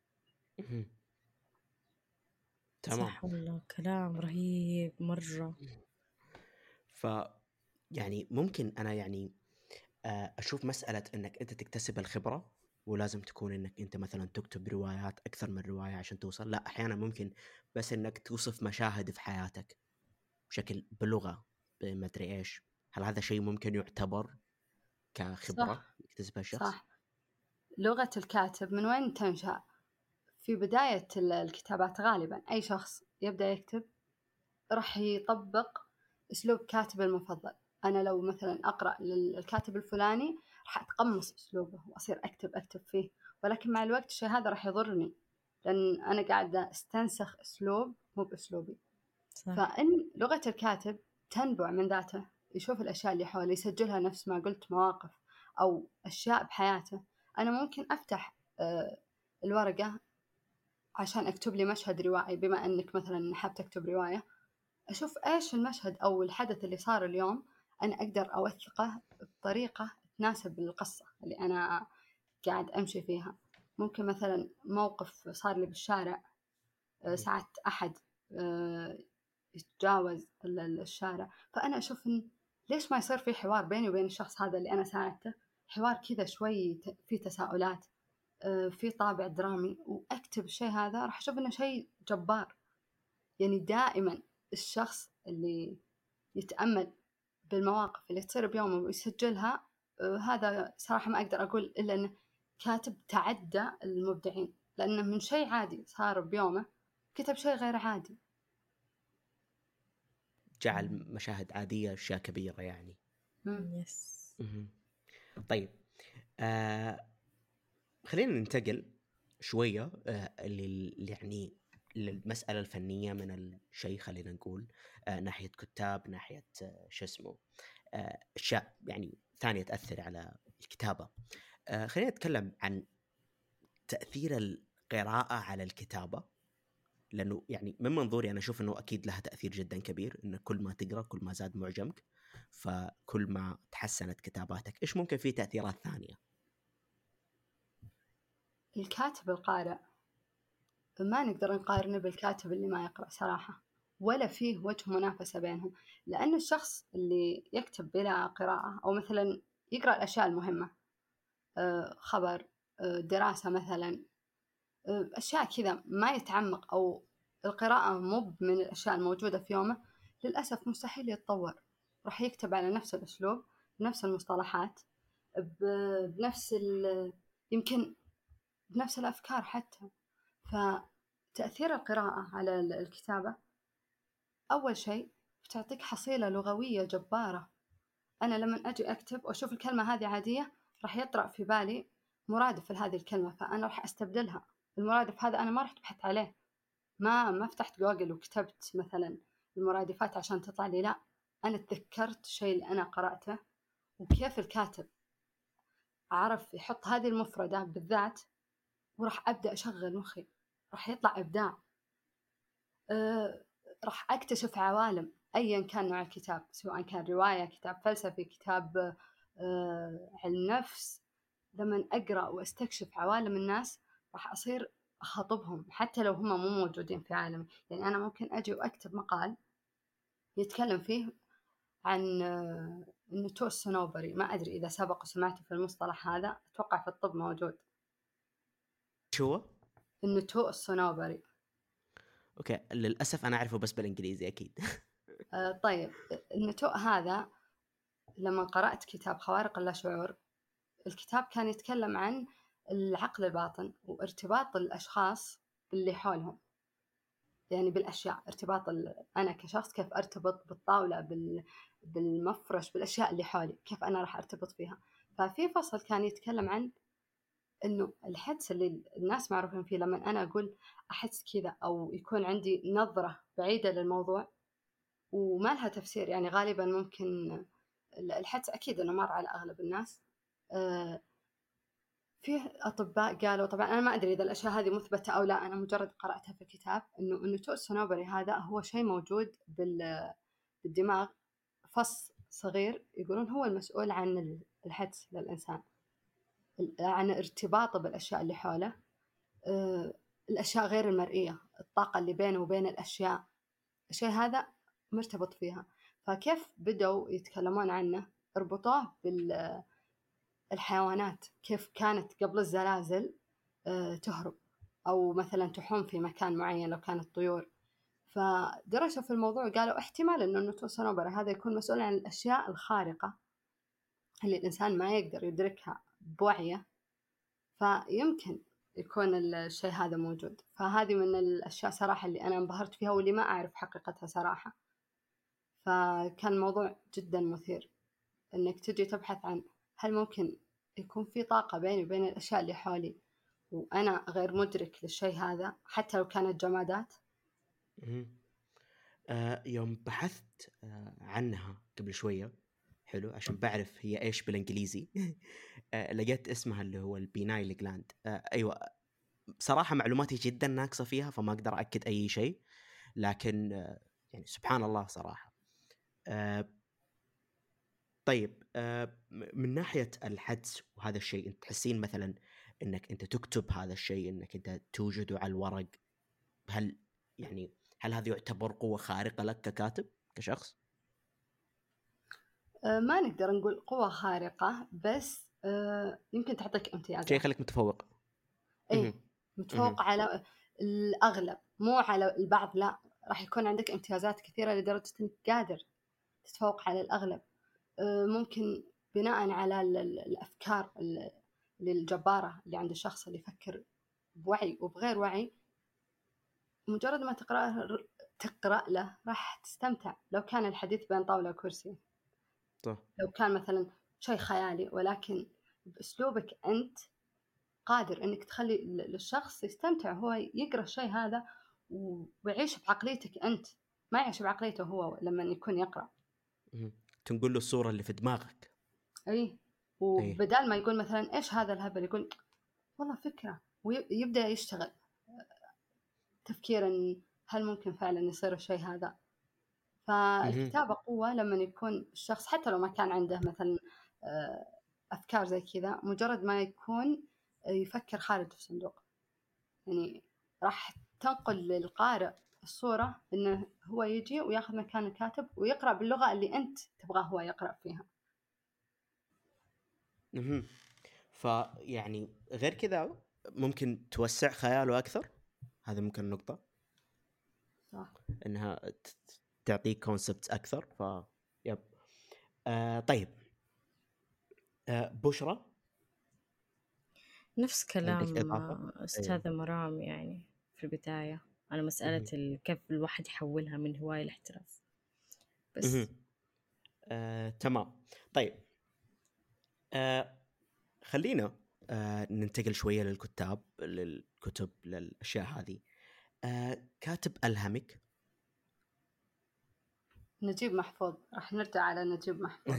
تمام. صح والله، كلام رهيب مرة. ف يعني ممكن أنا يعني أشوف مسألة إنك أنت تكتسب الخبرة، ولازم تكون إنك أنت مثلا تكتب روايات أكثر من رواية عشان توصل. لا، أحيانا ممكن بس إنك توصف مشاهد في حياتك بشكل بلغة بمدري إيش. هل هذا شيء ممكن يعتبر كخبرة صح، يكتسبها الشخص؟ صح. لغة الكاتب من وين تنشأ؟ في بداية الكتابات غالبا أي شخص يبدأ يكتب راح يطبق أسلوب كاتبه المفضل. أنا لو مثلا أقرأ للكاتب الفلاني راح أتقمص أسلوبه وأصير أكتب فيه، ولكن مع الوقت الشيء هذا راح يضرني، لأن أنا قاعدة أستنسخ أسلوب مو بأسلوبي. صح. فإن لغة الكاتب تنبع من ذاته، يشوف الأشياء اللي حوله يسجلها، نفس ما قلت مواقف أو أشياء بحياته. أنا ممكن أفتح الورقة عشان أكتب لي مشهد روائي، بما أنك مثلا حاب تكتب رواية، أشوف إيش المشهد أو الحدث اللي صار اليوم أنا أقدر أوثقه بطريقة تناسب القصة اللي أنا قاعد أمشي فيها. ممكن مثلا موقف صار لي بالشارع، ساعات أحد يتجاوز الشارع، فأنا أشوف إن ليش ما يصير في حوار بيني وبين الشخص هذا اللي أنا ساعدته، حوار كذا شوي في تساؤلات، في طابع درامي، وأكتب الشيء هذا، راح أشوف إنه شيء جبار. يعني دائما الشخص اللي يتأمل بالمواقف اللي تصير بيومه ويسجلها، هذا صراحة ما أقدر أقول إلا أنه كاتب تعدى المبدعين، لأنه من شيء عادي صار بيومه كتب شيء غير عادي. جعل مشاهد عادية أشياء كبيرة يعني. مم. يس. مهم. طيب، آه خلينا ننتقل شويه يعني للمساله الفنيه من الشيء، خلينا نقول ناحيه كتاب، ناحيه شو اسمه اشياء يعني ثانيه تاثر على الكتابه. خلينا نتكلم عن تاثير القراءه على الكتابه، لانه يعني من منظوري انا اشوف انه اكيد لها تاثير جدا كبير، ان كل ما تقرا كل ما زاد معجمك، فكل ما تحسنت كتاباتك. ايش ممكن في تاثيرات ثانيه؟ الكاتب القارئ ما نقدر نقارنه بالكاتب اللي ما يقرأ صراحة، ولا فيه وجه منافسة بينهم، لأن الشخص اللي يكتب بلا قراءة أو مثلا يقرأ الأشياء المهمة، خبر، دراسة مثلا، أشياء كذا ما يتعمق، أو القراءة مو من الأشياء الموجودة في يومه، للأسف مستحيل يتطور. راح يكتب على نفس الأسلوب، بنفس المصطلحات، بنفس يمكن بنفس الأفكار حتى. فتأثير القراءة على الكتابة، أول شيء بتعطيك حصيلة لغوية جبارة. أنا لما أجي أكتب وأشوف الكلمة هذه عادية، راح يطرأ في بالي مرادف لهذه الكلمة، فأنا راح أستبدلها. المرادف هذا أنا ما رحت بحثت عليه، ما فتحت جوجل وكتبت مثلا المرادفات عشان تطلع لي، لا، أنا تذكرت الشيء اللي أنا قرأته وكيف الكاتب عرف يحط هذه المفردة بالذات، وراح أبدأ أشغل مخي، راح يطلع إبداع. راح أكتشف عوالم أيا كان نوع الكتاب، سواء كان رواية، كتاب فلسفي، كتاب علم نفس. لما أقرأ وأستكشف عوالم الناس راح أصير أخاطبهم حتى لو هم مو موجودين في عالمي. يعني أنا ممكن أجي وأكتب مقال يتكلم فيه عن النتوء الصنوبري، ما أدري إذا سبق وسمعت في المصطلح هذا، أتوقع في الطب موجود. شو النتوء الصنوبري. اوكي، للاسف انا اعرفه بس بالانجليزي اكيد. طيب، النتوء هذا لما قرأت كتاب خوارق اللاشعور، الكتاب كان يتكلم عن العقل الباطن وارتباط الأشخاص اللي حولهم، يعني بالأشياء، ارتباط أنا كشخص كيف أرتبط بالطاولة، بالمفرش، بالأشياء اللي حولي، كيف أنا راح أرتبط فيها. ففي فصل كان يتكلم عن إنه الحدس اللي الناس معروفين فيه، لما أنا أقول أحس كذا أو يكون عندي نظرة بعيدة للموضوع وما لها تفسير، يعني غالبا ممكن الحدس أكيد إنه مر على أغلب الناس. فيه أطباء قالوا، طبعا أنا ما أدري إذا الأشياء هذه مثبتة أو لا، أنا مجرد قرأتها في الكتاب، إنه النتوء الصنوبري هذا هو شيء موجود بالدماغ، فص صغير يقولون هو المسؤول عن الحدس للإنسان، عن ارتباطه بالأشياء اللي حوله، الأشياء غير المرئية، الطاقة اللي بينه وبين الأشياء، الشيء هذا مرتبط فيها. فكيف بدأوا يتكلمون عنه؟ اربطوه بالحيوانات، كيف كانت قبل الزلازل تهرب أو مثلا تحوم في مكان معين لو كانت طيور. فدرسوا في الموضوع قالوا احتمال أنه النتوء الصنوبري هذا يكون مسؤول عن الأشياء الخارقة اللي الإنسان ما يقدر يدركها بوعيه، فيمكن يكون الشيء هذا موجود. فهذه من الأشياء صراحة اللي أنا انبهرت فيها واللي ما أعرف حقيقتها صراحة. فكان موضوع جدا مثير، إنك تجي تبحث عن هل ممكن يكون في طاقة بيني وبين الأشياء اللي حولي وأنا غير مدرك للشيء هذا حتى لو كانت جمادات. يوم بحثت عنها قبل شوية، حلو عشان بعرف هي ايش بالانجليزي. لقيت اسمها اللي هو البينايل جلاند. ايوه، بصراحة معلوماتي جدا ناقصة فيها فما اقدر اكد اي شيء، لكن يعني سبحان الله صراحة. طيب، من ناحية الحدس وهذا الشيء، انت تحسين مثلا انك انت تكتب هذا الشيء، انك انت توجده على الورق، هل يعني هل هذا يعتبر قوة خارقة لك ككاتب كشخص؟ ما نقدر نقول قوة خارقة، بس يمكن تعطيك شيء امتيازات. يخليك متفوق. إيه، متفوق على الأغلب، مو على البعض، لا، راح يكون عندك امتيازات كثيرة لدرجة إنك قادر تتفوق على الأغلب. ممكن بناء على الأفكار الجبارة اللي عند الشخص اللي يفكر بوعي وبغير وعي، مجرد ما تقرأ له راح تستمتع. لو كان الحديث بين طاولة وكرسي، صح. لو كان مثلا شيء خيالي ولكن بأسلوبك أنت، قادر إنك تخلي للشخص يستمتع هو يقرأ الشيء هذا ويعيش بعقليتك أنت، ما يعيش بعقليته هو لما يكون يقرأ. تنقل له الصورة اللي في دماغك. أي، وبدال ما يقول مثلا إيش هذا الهبل، يقول والله فكرة، ويبدأ يشتغل تفكيرا هل ممكن فعلا يصير الشيء هذا. فالكتابة قوة لما يكون الشخص حتى لو ما كان عنده مثلا أفكار زي كذا، مجرد ما يكون يفكر خارج الصندوق، يعني راح تنقل للقارئ الصورة إنه هو يجي وياخذ مكان الكاتب ويقرأ باللغة اللي أنت تبغاه هو يقرأ فيها. فيعني غير كذا ممكن توسع خياله أكثر، هذا ممكن نقطة صح. إنها تعطيك كونسبت أكثر. يب. طيب، بشرى نفس عندك كلام إضافة؟ أستاذة مرام يعني في البداية على مسألة كيف الواحد يحولها من هواية لاحتراف بس. تمام. طيب، خلينا ننتقل شوية للكتاب، للكتب، للأشياء هذه. كاتب ألهمك؟ نجيب محفوظ، راح نرجع على نجيب محفوظ.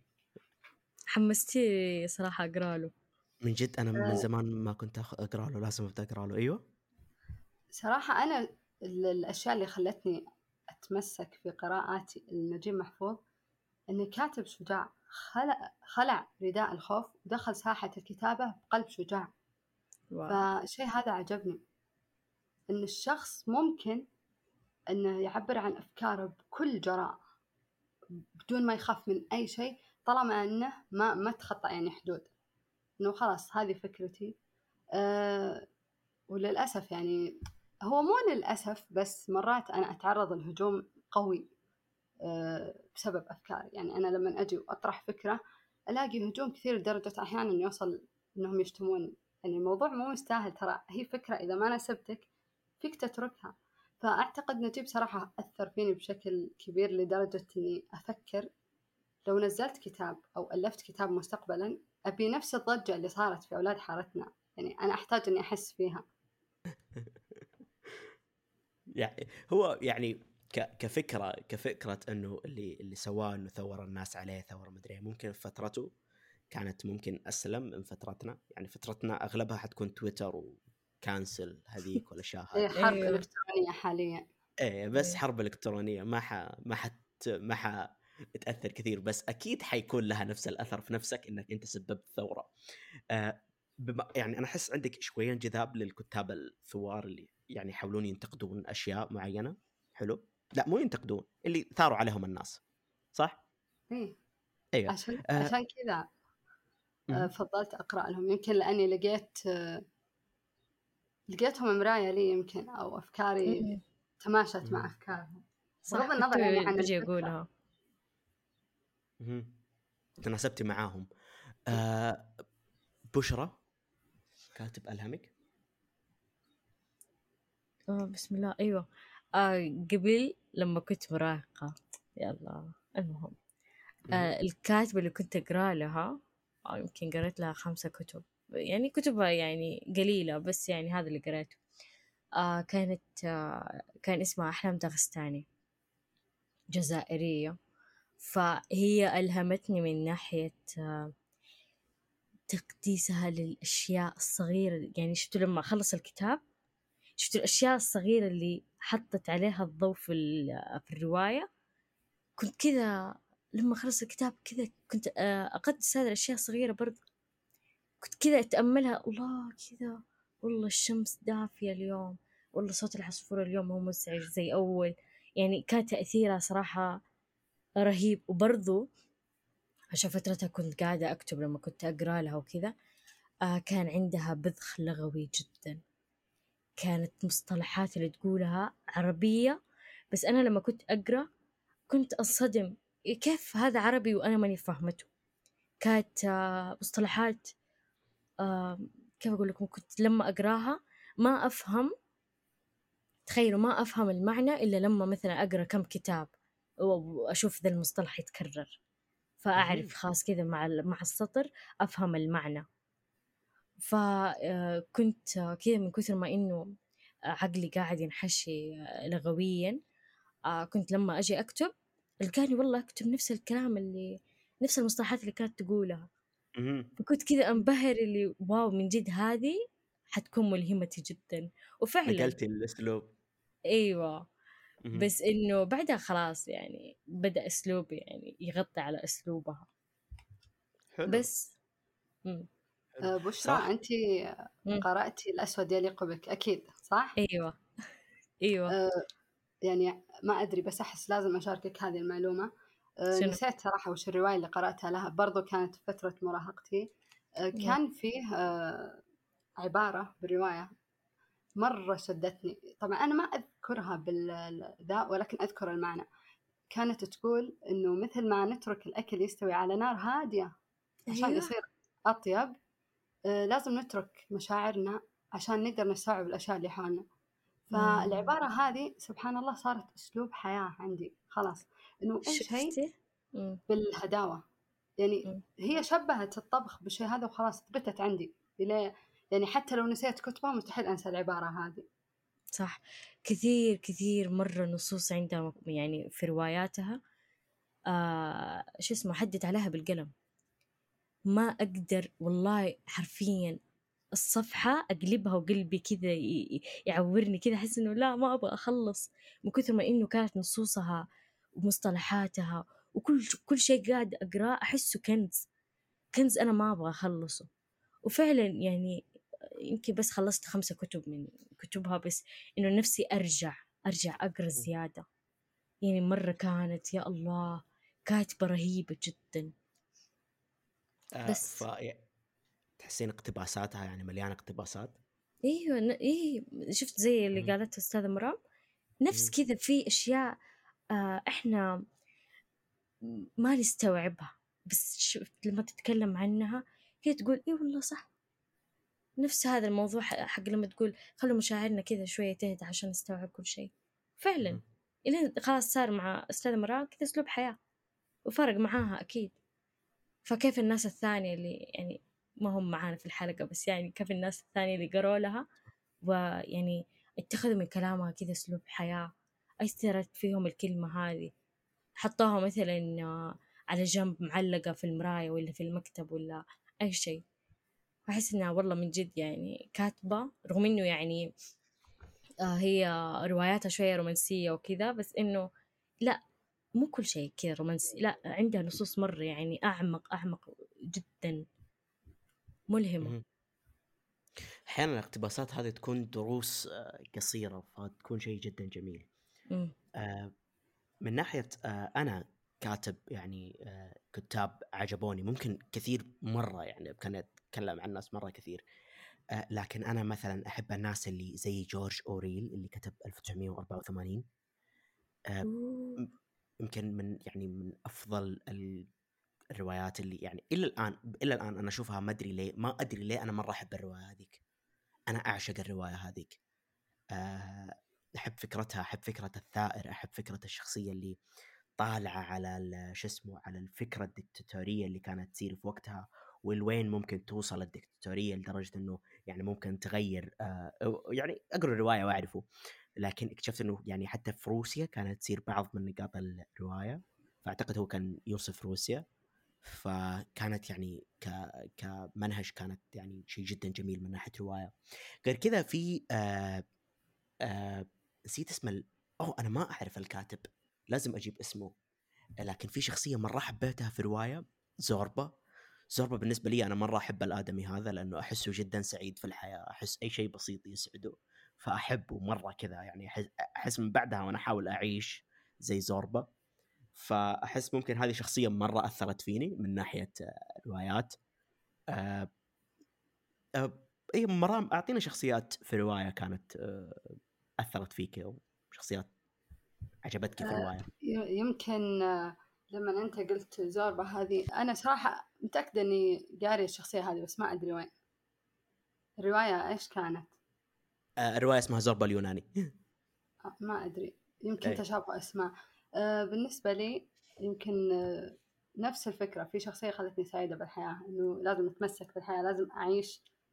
حمستي صراحة أقرأ له. من جد أنا من زمان ما كنت أقرأ له، لازم أبدأ أقرأ له. أيوة صراحة أنا الأشياء اللي خلتني أتمسك في قراءاتي لنجيب محفوظ إنه كاتب شجاع، خلع رداء الخوف ودخل ساحة الكتابة بقلب شجاع. فالشيء هذا عجبني، إن الشخص ممكن إنه يعبر عن أفكاره بكل جراءة بدون ما يخاف من أي شيء، طالما إنه ما تخطى يعني حدود، إنه خلاص هذه فكرتي. وللأسف يعني، هو مو للأسف، بس مرات أنا أتعرض لهجوم قوي بسبب أفكاري. يعني أنا لما أجي وأطرح فكرة ألاقي هجوم كثير لدرجة أحيانا يوصل إنهم يشتموني. يعني الموضوع مو مستاهل، ترى هي فكرة إذا ما ناسبتك فيك تتركها. فأعتقد نجيب صراحة أثر فيني بشكل كبير لدرجة إني أفكر لو نزلت كتاب أو ألفت كتاب مستقبلا أبي نفس الضجة اللي صارت في أولاد حارتنا، يعني أنا أحتاج إني أحس فيها. يعني هو يعني كفكرة انه اللي سواه انه ثور الناس عليه ثورة مدري، ممكن في فترته كانت ممكن اسلم من فترتنا. يعني فترتنا اغلبها حتكون تويتر وكانسل هذيك والاشياء إيه، هذه. حرب إلكترونية حاليا. بس حرب الكترونية ما تأثر كثير، بس اكيد حيكون لها نفس الاثر في نفسك انك انت سببت ثورة. يعني انا احس عندك شوية انجذاب للكتاب الثوار اللي يعني يحاولون ينتقدون اشياء معينة. حلو، لا مو ينتقدون، اللي ثاروا عليهم الناس، صح؟ إيه، ايوه. عشان كذا فضلت أقرأ لهم، يمكن لأني لقيتهم مراية لي يمكن، أو أفكاري تماشت مع أفكارهم، بغض صح، النظر يعني عن بجي الفكرة. أقولها. تناسبتي معاهم. بشرى كاتب ألهمك؟ بسم الله. أيوة. قبل لما كنت مراهقة، يلا المهم، الكاتبة اللي كنت أقرأ لها يمكن قرأت لها 5 كتب، يعني كتبها يعني قليلة، بس يعني هذا اللي قرأته. كان اسمها أحلام داغستاني، جزائرية. فهي ألهمتني من ناحية تقديسها للأشياء الصغيرة. يعني شفتوا لما أخلص الكتاب، شفتوا الأشياء الصغيرة اللي حطت عليها الضوء في الرواية. كنت كذا لما خلص الكتاب كذا كنت أقدس هذه الأشياء الصغيرة برضه. كنت كذا أتأملها، الله كذا، والله الشمس دافية اليوم، والله صوت العصفور اليوم مو مزعج زي أول. يعني كان تأثيرها صراحة رهيب. وبرضو عشان فترتها كنت قاعدة أكتب لما كنت أقرأ لها وكذا، كان عندها بذخ لغوي جدا. كانت مصطلحات اللي تقولها عربية، بس أنا لما كنت أقرأ كنت أنصدم كيف هذا عربي وأنا ماني فاهمته. كانت مصطلحات، كيف أقول لكم، كنت لما أقراها ما أفهم. تخيلوا ما أفهم المعنى إلا لما مثلا أقرأ كم كتاب وأشوف ذا المصطلح يتكرر، فأعرف خلاص كذا مع السطر أفهم المعنى. فكنت كذا من كثر ما إنه عقلي قاعد ينحشي لغويا، كنت لما أجي أكتب ألقاني والله أكتب نفس الكلام اللي نفس المصطلحات اللي كانت تقولها. مهم. فكنت كذا أنبهر اللي واو من جد هذه حتكون ملهمتي جدا. وفعلا نقلتي الاسلوب. أيوة. مهم. بس إنه بعدها خلاص يعني بدأ أسلوبي يعني يغطي على أسلوبها حلو. بس. مم. حلو بشرى، صراحة. أنت مم. قرأتي الأسود يليق بك أكيد صح؟ أيوة أيوة. يعني ما أدري، بس أحس لازم أشاركك هذه المعلومة. شنو؟ نسيت صراحة وش الرواية اللي قرأتها لها، برضو كانت فترة مراهقتي. مم. كان فيه عبارة بالرواية مرة شدتني. طبعا أنا ما أذكرها بالذا، ولكن أذكر المعنى. كانت تقول إنه مثل ما نترك الأكل يستوي على نار هادية عشان أيوة. يصير أطيب، لازم نترك مشاعرنا عشان نقدر نستوعب الأشياء اللي حولنا. مم. فالعبارة هذه سبحان الله صارت أسلوب حياة عندي خلاص، إنه أي شيء شفتي؟ مم. بالهداوة. يعني مم. هي شبهت الطبخ بالشيء هذا وخلاص ثبتت عندي إلى، يعني حتى لو نسيت كتبها مستحيل أنسى العبارة هذه. صح. كثير كثير مرة نصوص عندها يعني في رواياتها شو اسمه حدد عليها بالقلم. ما أقدر والله حرفيا الصفحة أقلبها وقلبي كذا يعورني كذا، أحس إنه لا ما أبغى أخلص من كثر ما إنه كانت نصوصها ومصطلحاتها وكل شيء قاعد أقراه أحسه كنز، كنز أنا ما أبغى أخلصه. وفعلا يعني يمكن بس خلصت 5 كتب من كتبها، بس إنه نفسي أرجع أقرأ زيادة. يعني مرة كانت يا الله كاتبة رهيبة جدا. ف بس تحسين اقتباساتها يعني مليانة اقتباسات. ايوه إيه شفت زي اللي مهم. قالتها استاذة مرام، نفس مهم. كذا في اشياء احنا ما نستوعبها، بس شفت لما تتكلم عنها هي تقول ايه والله صح. نفس هذا الموضوع حق لما تقول خلوا مشاعرنا كذا شوية تهدى عشان نستوعب كل شيء. فعلا مهم. إلين خلاص صار مع أستاذة مرام كذا أسلوب حياة وفرق معاها أكيد. فكيف الناس الثانية اللي يعني ما هم معانا في الحلقة، بس يعني كيف الناس الثانية اللي قروا لها ويعني اتخذوا من كلامها كذا أسلوب حياة، أثرت فيهم الكلمة هذه، حطوها مثلا على جنب معلقة في المراية ولا في المكتب ولا أي شيء. أحس إنها والله من جد يعني كاتبة، رغم إنه يعني هي رواياتها شوية رومانسية وكذا، بس إنه لا مو كل شيء كذا رومانسي، لا عندها نصوص مرة يعني أعمق جدا، ملهمة. مهم. أحيانا الاقتباسات هذه تكون دروس قصيرة، فتكون شيء جدا جميل. مم. من ناحية أنا كاتب يعني كتاب عجبوني ممكن كثير مرة، يعني كان أتكلم عن ناس مرة كثير. لكن أنا مثلا أحب الناس اللي زي جورج أوريل اللي كتب 1984. آه، أوه. يمكن من يعني من أفضل الروايات اللي يعني إلى الآن أنا أشوفها. ما أدري ليه أنا مرة أحب الرواية هذيك. أنا أعشق الرواية هذيك. أحب فكرتها، أحب فكرة الثائر، أحب فكرة الشخصية اللي طالعة على شو اسمه على الفكرة الدكتاتورية اللي كانت تصير في وقتها، والوين ممكن توصل الدكتاتورية لدرجة انه يعني ممكن تغير. يعني اقرا الرواية واعرفه، لكن اكتشفت انه يعني حتى في روسيا كانت تصير بعض من نقاط الرواية. فاعتقد هو كان يوصف روسيا، فكانت يعني كمنهج كانت يعني شيء جدا جميل من ناحية رواية. غير كذا في نسيت اسم انا ما اعرف الكاتب، لازم اجيب اسمه. لكن في شخصية مرة حبيتها في رواية، زوربا. زوربا بالنسبة لي أنا مرة أحب الآدمي هذا، لأنه أحسه جدا سعيد في الحياة، أحس أي شيء بسيط يسعده، فأحبه مرة كذا. يعني أحس من بعدها وأنا أحاول أعيش زي زوربا. فأحس ممكن هذه شخصية مرة أثرت فيني من ناحية روايات. أه أه أي مرام أعطينا شخصيات في رواية كانت أثرت فيك، أو شخصيات عجبتك في رواية. يمكن لما أنت قلت زوربا هذه، أنا صراحة متأكدة إني قاري الشخصية هذه، بس ما أدري وين الرواية إيش كانت. رواية اسمها زوربا اليوناني. ما أدري، يمكن أي. تشابه أسماء. بالنسبة لي يمكن نفس الفكرة، في شخصية خلتني سعيدة بالحياة، إنه لازم أتمسك بالحياة، لازم أعيش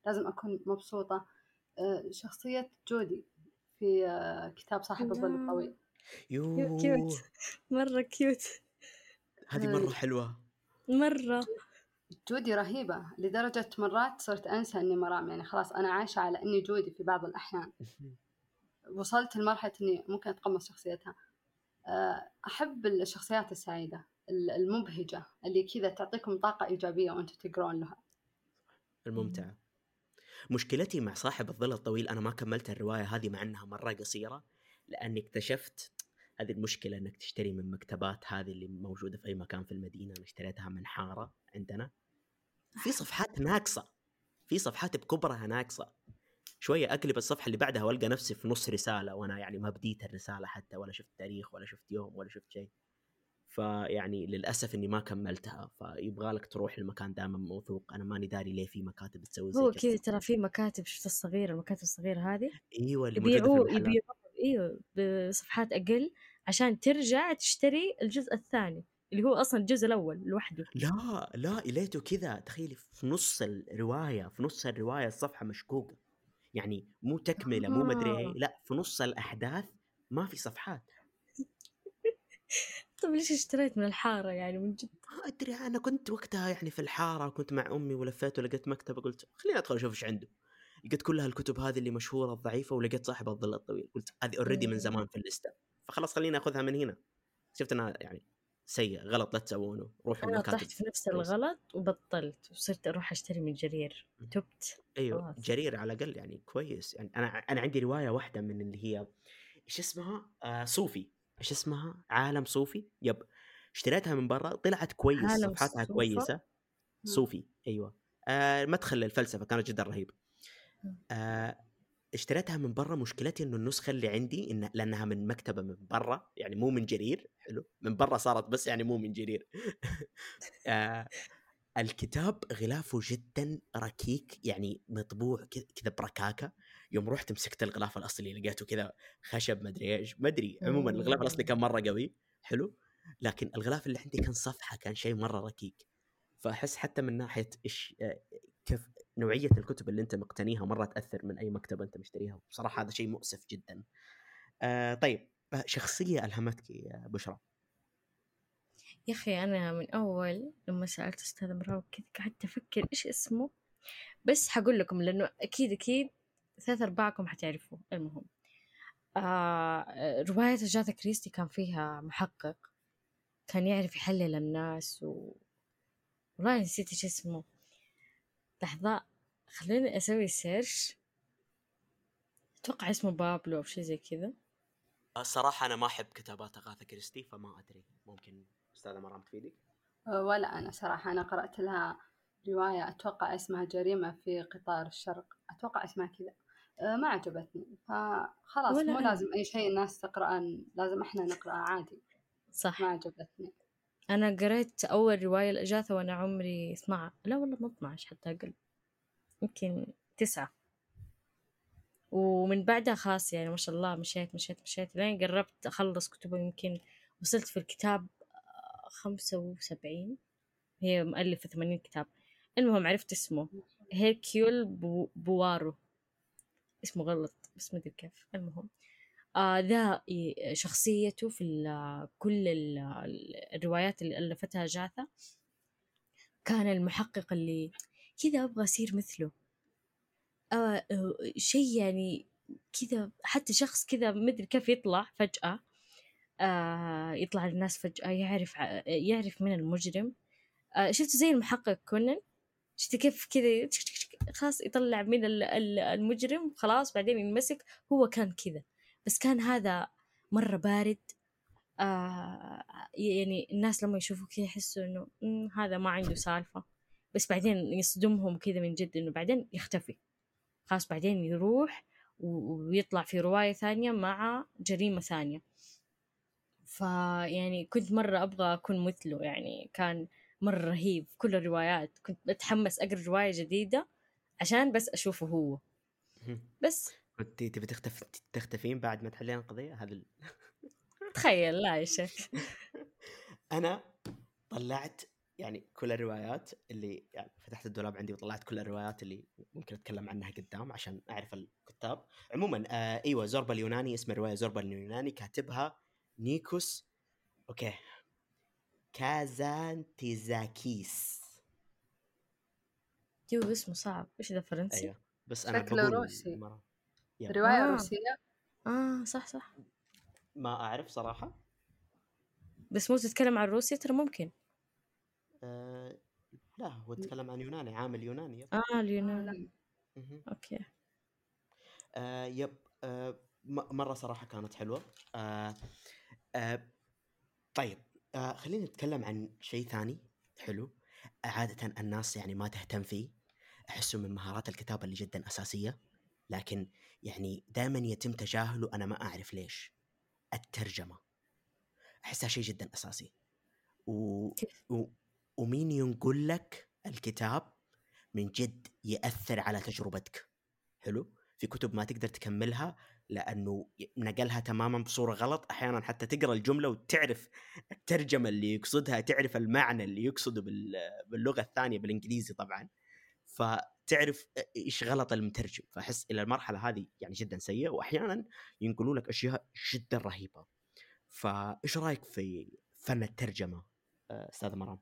لازم أكون مبسوطة. شخصية جودي في كتاب صاحب الظل الطويل. كيوت يوه مرة كيوت هذه آه، مرة حلوة. مرة. جودي رهيبة لدرجة مرات صرت أنسى إني مرام، يعني خلاص أنا عايشة على إني جودي في بعض الأحيان. وصلت لمرحلة إني ممكن أتقمص شخصيتها. أحب الشخصيات السعيدة المبهجة اللي كذا تعطيكم طاقة إيجابية وأنتم تقرون لها. الممتعة. مشكلتي مع صاحب الظل الطويل أنا ما كملت الرواية هذه مع أنها مرة قصيرة، لأني اكتشفت هذه المشكلة أنك تشتري من مكتبات هذه اللي موجودة في أي مكان في المدينة. أنا اشتريتها من حارة عندنا، في صفحات ناقصة، في صفحات بكبرها ناقصة. شوية أقلب الصفحة اللي بعدها وألقى نفسي في نص رسالة، وأنا يعني ما بديت الرسالة حتى، ولا شفت تاريخ ولا شفت يوم ولا شفت شيء. فيعني للأسف إني ما كملتها. فيبغالك تروح المكان دائما موثوق. أنا ماني داري ليه في مكاتب تسوي زي هو كذا. كذا ترى في مكاتب، شفت الصغيرة، المكاتب الصغيرة هذه ايوه اللي موجوده في المحلات. يبيعوا ايوه بصفحات اقل عشان ترجع تشتري الجزء الثاني اللي هو اصلا الجزء الاول لوحده. لا ليته كذا، تخيلي في نص الروايه، في نص الروايه الصفحه مشقوقه، يعني مو تكمله مو مدري إيه، لا في نص الاحداث ما في صفحات. طب ليش اشتريت من الحارة يعني من جد؟ ما ادري، انا كنت وقتها يعني في الحاره، كنت مع امي ولفيت ولقيت مكتبه، قلت خليني ادخل اشوف ايش عنده. لقيت كلها الكتب هذه اللي مشهوره الضعيفه، ولقيت صاحب الظل الطويل، قلت هذه اوريدي من زمان في الليسته، فخلاص خليني اخذها من هنا. شفت انها يعني سيء، غلط، لا تسوونه، روحوا انا المكاتب طحت في نفس كويسه. الغلط وبطلت وصرت اروح اشتري من جرير، تبت ايوه خلاص. جرير على الاقل يعني كويس. يعني انا عندي روايه واحده من اللي هي ايش اسمها، صوفي، ايش اسمها، عالم صوفي، يب، اشتريتها من برا، طلعت كويس، عالم صفحاتها الصوفة. كويسه. صوفي ايوه. مدخل الفلسفه كانت جدا رهيب. آه اشتريتها من برا. مشكلتي انه النسخه اللي عندي لانها من مكتبه من برا، يعني مو من جرير، حلو من برا صارت بس يعني مو من جرير. آه الكتاب غلافه جدا ركيك، يعني مطبوع كذا بركاكه. يوم رحت مسكت الغلاف الاصلي لقيته كذا خشب، مدري ايش، مدري. عموما الغلاف الاصلي كان مره قوي، حلو، لكن الغلاف اللي عندي كان صفحه، كان شيء مره ركيك. فاحس حتى من ناحيه ايش كيف نوعيه الكتب اللي انت مقتنيها مره تاثر من اي مكتبه انت مشتريها. بصراحه هذا شيء مؤسف جدا. طيب، شخصيه الهمتك يا بشرى؟ يا أخي أنا من أول لما سألت أستاذ مراوي كذا قعدت أفكر إيش اسمه، بس حقول لكم لأنه أكيد 3/4 حتعرفوا. المهم رواية جاثا كريستي كان فيها محقق كان يعرف يحلل الناس والله نسيت إيش اسمه. لحظة خليني أسوي سيرش، أتوقع اسمه بابلو أو شيء زي كذا. الصراحه انا ما احب كتابات اغاثا كريستي، فما ادري، ممكن استاذه مرام تفيدك. ولا أنا صراحة أنا قرأت لها رواية أتوقع اسمها جريمة في قطار الشرق، أتوقع اسمها كذا. ما عجبتني، فخلاص ولا مو أنا. لازم أي شيء الناس تقرأ لازم إحنا نقرأ عادي. ما صح. عجبتني. أنا قريت أول رواية لأجاثا وأنا عمري 12، لا والله ما 12 حتى أقل، يمكن 9. ومن بعدها خلاص يعني ما شاء الله مشيت لين قربت أخلص كتبه. يمكن وصلت في الكتاب 75. هي مؤلفة 80 كتاب. المهم عرفت اسمه هيركيول بوارو، اسمه غلط بس ما أدري كيف. المهم ذا شخصيته في كل الروايات اللي ألفتها جاثا كان المحقق اللي كذا أبغى أصير مثله. شيء يعني كذا، حتى شخص كذا مدري كيف يطلع فجأة، يطلع للناس فجأة، يعرف من المجرم. شفت زي المحقق كونان، شفت كيف كذا خلاص يطلع من المجرم خلاص بعدين ينمسك. هو كان كذا، بس كان هذا مرة بارد. يعني الناس لما يشوفوا كذا يحسوا إنه هذا ما عنده سالفة، بس بعدين يصدمهم كذا من جد إنه بعدين يختفي خلاص، بعدين يروح ويطلع في رواية ثانية مع جريمة ثانية. فيعني كنت مرة أبغى أكون مثله، يعني كان مرة رهيب في كل الروايات. كنت أتحمس أقرأ رواية جديدة عشان بس أشوفه هو. بس كنت تبي تختفين بعد ما تحلين القضيه هذا تخيل، لا يا شيخ. انا طلعت يعني كل الروايات اللي يعني فتحت الدولاب عندي وطلعت كل الروايات اللي ممكن اتكلم عنها قدام عشان اعرف الكتاب. عموما ايوه، زوربا اليوناني، اسم الروايه زوربا اليوناني، كاتبها نيكوس اوكي كازانتيزاكيس. جو اسمه صعب، ايش ذا فرنسي؟ ايوه بس انا شكله بقول روسي، مرة. يب. رواية اه روسية. صح ما اعرف صراحه. بس مو تتكلم عن روسيا ترى ممكن. آه لا، هو يتكلم عن يوناني، عامل يوناني. يب. اليونان. لا. مهم. اوكي. يب. مره صراحه كانت حلوه. آه طيب، خلينا نتكلم عن شيء ثاني حلو. عادة الناس يعني ما تهتم فيه، أحسه من مهارات الكتابة اللي جدا أساسية، لكن يعني دائما يتم تجاهله. أنا ما أعرف ليش. الترجمة أحسها شيء جدا أساسي. و... كيف؟ و... ومين ينقل لك الكتاب من جد يأثر على تجربتك. حلو. في كتب ما تقدر تكملها لأنه نقلها تماما بصورة غلط. أحيانا حتى تقرأ الجملة وتعرف الترجمة اللي يقصدها، تعرف المعنى اللي يقصده باللغة الثانية بالإنجليزي طبعا، فتعرف إيش غلط المترجم. فأحس إلى المرحلة هذه يعني جدا سيء، وأحيانا ينقلوا لك أشياء جدا رهيبة. فإيش رأيك في فن الترجمة أستاذ مرام؟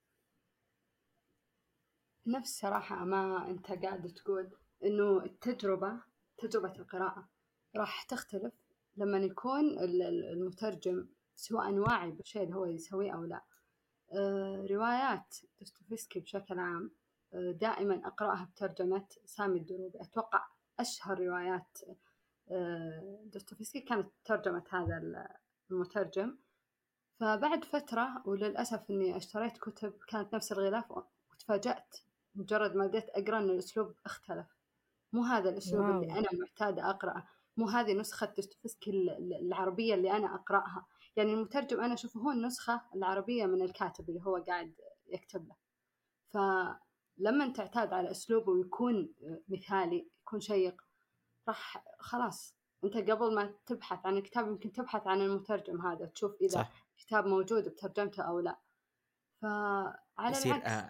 نفس صراحة ما أنت قاعد تقول، إنه تجربة القراءة راح تختلف لما يكون المترجم سواء واعي بالشيء اللي هو يسويه أو لا. روايات دوستويفسكي بشكل عام دائما أقرأها بترجمة سامي الدروبي. أتوقع أشهر روايات دوستويفسكي كانت ترجمة هذا المترجم. فبعد فترة وللأسف إني اشتريت كتب كانت نفس الغلاف وتفاجأت مجرد ما بديت أقرأ إن الأسلوب اختلف. مو هذا الأسلوب واو. اللي أنا معتادة أقرأه، مو هذه نسخة دوستويفسكي العربية اللي أنا أقرأها. يعني المترجم أنا أشوفه هو النسخة العربية من الكاتب اللي هو قاعد يكتب له. فلما تعتاد على أسلوبه ويكون مثالي، يكون شيق، راح خلاص أنت قبل ما تبحث عن الكتاب يمكن تبحث عن المترجم هذا، تشوف إذا صح. كتاب موجود بترجمته أو لا. فعلى يصير العكس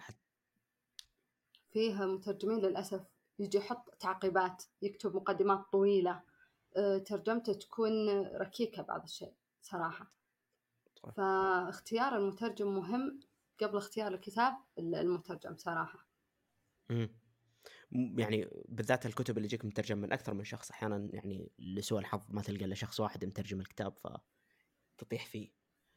فيه مترجمين للأسف يجي يحط تعقيبات، يكتب مقدمات طويلة، ترجمته تكون ركيكة بعض الشيء صراحة. صح. فاختيار المترجم مهم قبل اختيار الكتاب المترجم صراحة. يعني بالذات الكتب اللي يجيك مترجم من أكثر من شخص، أحيانا يعني لسوء الحظ ما تلقى إلا شخص واحد مترجم الكتاب فتطيح فيه.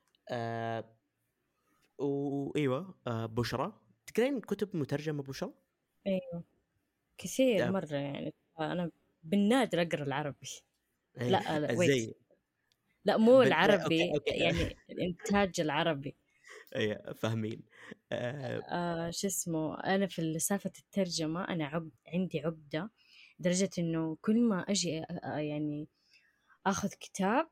وأيوة، بشرى، تقرين كتب مترجمة بشرى؟ ايوه كثير آه مرة يعني. أنا بالنادر أقرأ العربي. لا ويت، زي لا مو أوكي العربي، أوكي يعني الإنتاج العربي. أيوة فاهمين. شو اسمه، أنا في سالفة الترجمة أنا عندي عقدة لدرجة إنه كل ما أجي يعني أخذ كتاب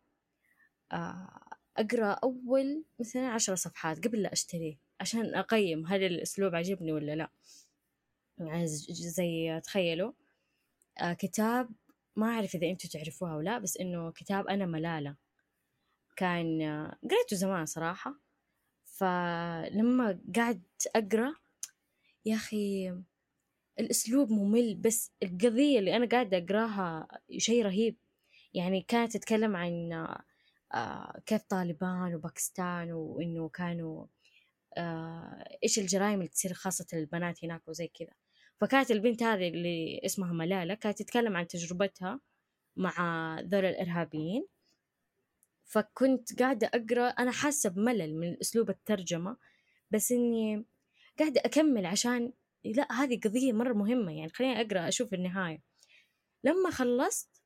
أقرأ أول مثلا 10 صفحات قبل لا أشتريه عشان أقيم هل الأسلوب عجبني ولا لا. يعني زي تخيلوا كتاب، ما أعرف إذا أنتوا تعرفوها أو لا، بس إنه كتاب أنا ملالة، كان قريته زمان صراحة. فلما قعدت أقرأ يا أخي الأسلوب ممل، بس القضية اللي أنا قاعدة أقراها شيء رهيب. يعني كانت تتكلم عن كيف طالبان وباكستان، وإنه كانوا إيش الجرائم اللي تصير خاصة البنات هناك وزي كذا. فكانت البنت هذه اللي اسمها ملالة كانت تتكلم عن تجربتها مع ذول الإرهابيين. فكنت قاعدة أقرأ أنا حاسة بملل من أسلوب الترجمة، بس إني قاعدة أكمل عشان لا هذه قضية مرة مهمة، يعني خليني أقرأ أشوف النهاية. لما خلصت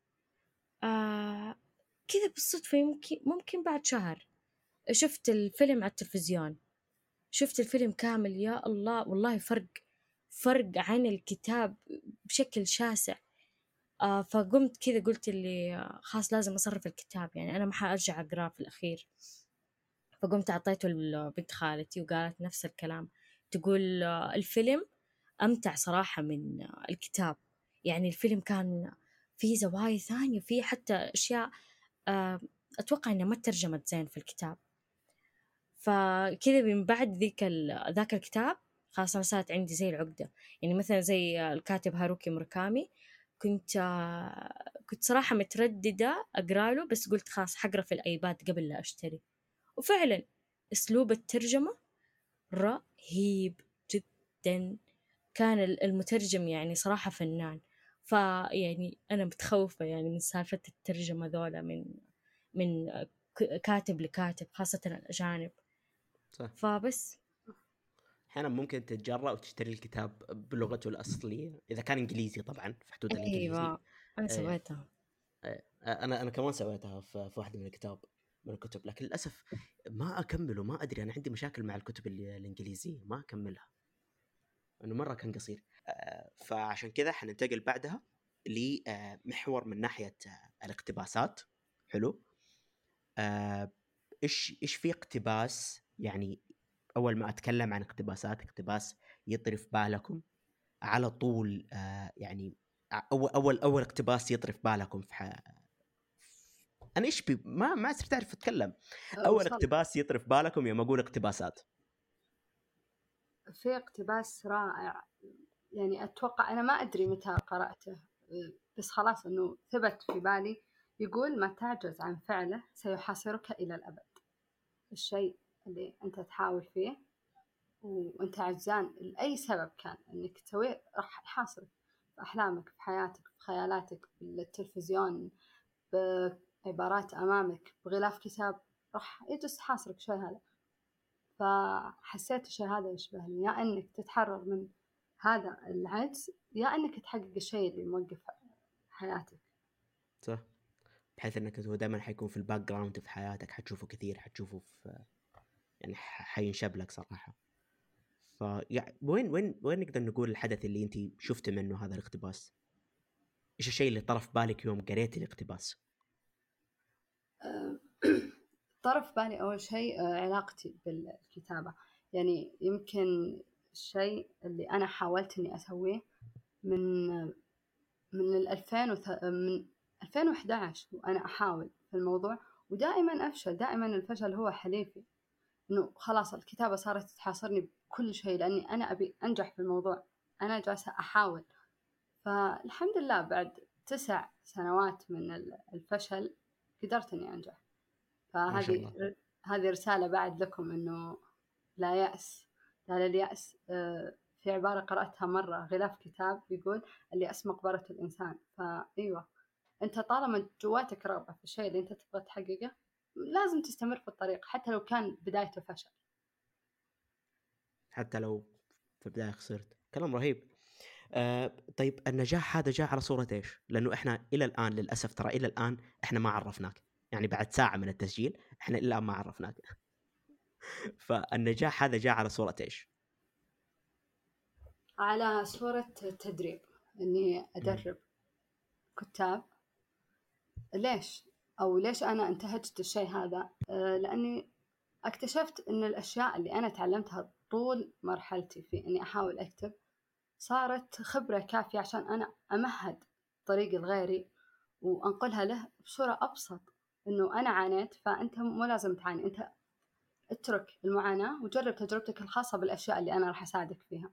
كذا بالصدفة ممكن بعد شهر شفت الفيلم على التلفزيون. شفت الفيلم كامل، يا الله والله فرق عن الكتاب بشكل شاسع. فقمت كذا قلت اللي خلاص لازم أصرف الكتاب، يعني أنا ما حأرجع أقرأ في الأخير. فقمت أعطيته لبنت خالتي وقالت نفس الكلام، تقول الفيلم أمتع صراحة من الكتاب. يعني الفيلم كان فيه زوايا ثانية، فيه حتى أشياء أتوقع إنها ما ترجمت زين في الكتاب. فكذا من بعد ذاك الكتاب خلاص أنا صارت عندي زي العقدة. يعني مثلا زي الكاتب هاروكي موراكامي، كنت صراحة مترددة أقرأ له، بس قلت خلاص حقرأ في الأيباد قبل لا أشتري. وفعلا أسلوب الترجمة رهيب جدا، كان المترجم يعني صراحة فنان. فيعني أنا متخوفة يعني من سالفة الترجمة ذولا من كاتب لكاتب، خاصة الأجانب. صح. فبس احيانا ممكن تتجرأ وتشتري الكتاب بلغته الاصليه اذا كان انجليزي، طبعا في حدود الانجليزي. أيوة أنا إيه، سويتها. انا كمان سويتها في واحده من الكتب، لكن للاسف ما اكمله. ما ادري، انا عندي مشاكل مع الكتب الانجليزيه، ما اكملها انه مره كان قصير. فعشان كذا حننتقل بعدها لمحور من ناحيه الاقتباسات. حلو. ايش في اقتباس يعني؟ اول ما اتكلم عن اقتباس يطرف بالكم على طول، يعني اول اقتباس يطرف بالكم انا ايش ما صرت اعرف اتكلم. اول وصل اقتباس يطرف بالكم يوم اقول اقتباسات. في اقتباس رائع، يعني أتوقع أنا ما أدري متى قرأته، بس خلاص إنه ثبت في بالي. يقول: ما تعجز عن فعله سيحاصرك إلى الأبد. الشيء اللي أنت تحاول فيه وأنت عجزان لأي سبب كان إنك تسويه راح يحاصرك في أحلامك، في حياتك، في خيالاتك، بالتلفزيون، بعبارات أمامك، بغلاف كتاب، راح يجلس يحاصرك شيء هذا. فحسيت الشيء هذا يشبهني، يا أنك تتحرر من هذا العجز، يا أنك تحقق الشيء اللي موقف حياتك. صح. بحيث انك هو دائما حيكون في الباك جراوند في حياتك، حتشوفه كثير، حتشوفه في يعني حينشب لك صراحه. يعني وين نقدر نقول الحدث اللي انت شفت منه هذا الاقتباس؟ ايش الشيء اللي طرف بالك يوم قريت الاقتباس؟ طرف بالي أول شيء علاقتي بالكتابة. يعني يمكن الشيء اللي أنا حاولت إني أسويه من من 2011 وأنا أحاول في الموضوع، ودائما أفشل. دائما الفشل هو حليفي، إنه خلاص الكتابة صارت تحاصرني بكل شيء، لأني أنا أبي أنجح في الموضوع، أنا جالسة أحاول. فالحمد لله بعد 9 سنوات من الفشل قدرت إني أنجح. ما شاء الله. هذه رسالة بعد لكم، إنه لا يأس، لا لليأس. في عبارة قرأتها مرة، غلاف كتاب يقول: اليأس مقبرة الإنسان. فأيوة، أنت طالما جواتك رغبة في الشيء اللي أنت تبغى تحققه، لازم تستمر في الطريق حتى لو كان بدايته فشل. حتى لو في البدايه خسرت. كلام رهيب. طيب النجاح هذا جاء على صورة ايش؟ لانه احنا الى الان للاسف، ترى الى الان احنا ما عرفناك. يعني بعد ساعة من التسجيل احنا الى الان ما عرفناك. فالنجاح هذا جاء على صورة ايش؟ على صورة تدريب، إني أدرب كتاب. ليش أنا انتهجت الشيء هذا؟ لأني اكتشفت إن الأشياء اللي أنا تعلمتها طول مرحلتي في إني أحاول أكتب صارت خبرة كافية عشان أنا أمهد طريقي لغيري وأنقلها له بصورة أبسط. إنه أنا عانيت، فأنت مو لازم تعاني، أنت اترك المعاناة وجرب تجربتك الخاصة بالأشياء اللي أنا راح أساعدك فيها.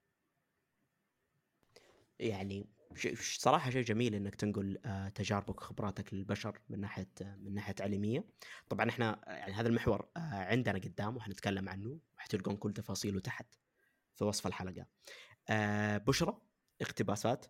يعني صراحة شيء جميل انك تنقل تجاربك وخبراتك للبشر من ناحية علمية. طبعا احنا يعني هذا المحور عندنا قدام وحنتكلم عنه، وحتلقون كل تفاصيله تحت في وصف الحلقة. بشرى، اقتباسات؟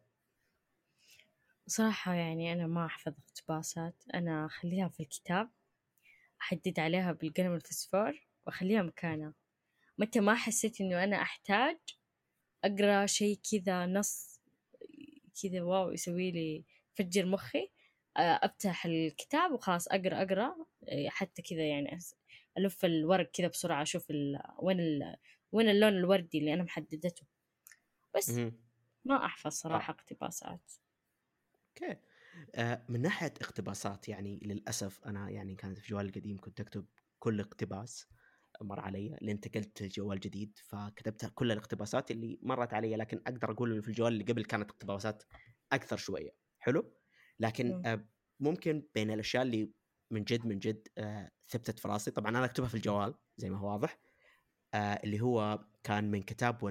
صراحة يعني أنا ما أحفظ اقتباسات، أنا أخليها في الكتاب، أحدد عليها بالقلم الفسفور وأخليها مكانها. متى ما حسيت إنه أنا أحتاج أقرأ شيء كذا، نص كذا واو يسوي لي فجر مخي، أفتح الكتاب وخلاص أقرأ. حتى كذا يعني ألف الورق كذا بسرعة، أشوف وين اللون الوردي اللي أنا محددته. بس ما أحفظ صراحة اقتباسات. اوكي. من ناحية اقتباسات، يعني للأسف أنا يعني كانت في جوالي القديم كنت أكتب كل اقتباس مر علي، لأن انتقلت جوال جديد فكتبت كل الاقتباسات اللي مرت علي. لكن أقدر أقول إنه في الجوال اللي قبل كانت اقتباسات أكثر شوية. حلو. لكن ممكن بين الأشياء اللي من جد ثبتت في راسي، طبعا أنا أكتبها في الجوال زي ما هو واضح. اللي هو كان من كتاب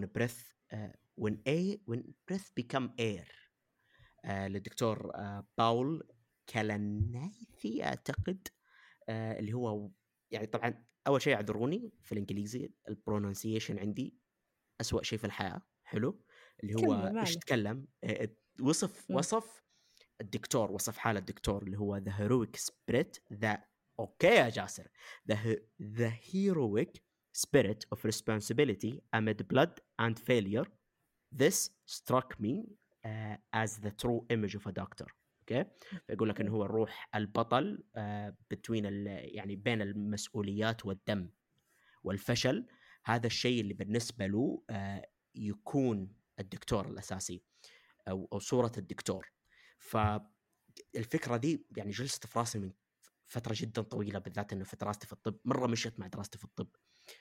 when breath become air للدكتور باول كالانايثي أعتقد. اللي هو يعني طبعا أول شيء اعذروني في الإنجليزي البرونانسيشن عندي أسوأ شيء في الحياة. حلو. اللي كمل هو ما إيش عليه. تكلم وصف الدكتور، وصف حال الدكتور اللي هو the heroic spirit that أوكي يا جاسر the heroic spirit of responsibility amid blood and failure. This struck me as the true image of a doctor. اوكي. فيقول لك انه هو الروح البطل between يعني بين المسؤوليات والدم والفشل. هذا الشيء اللي بالنسبه له يكون الدكتور الاساسي او صوره الدكتور. فالفكره دي يعني جلست في راسي من فتره جدا طويله، بالذات انه في دراستي في الطب مره مشيت مع دراستي في الطب.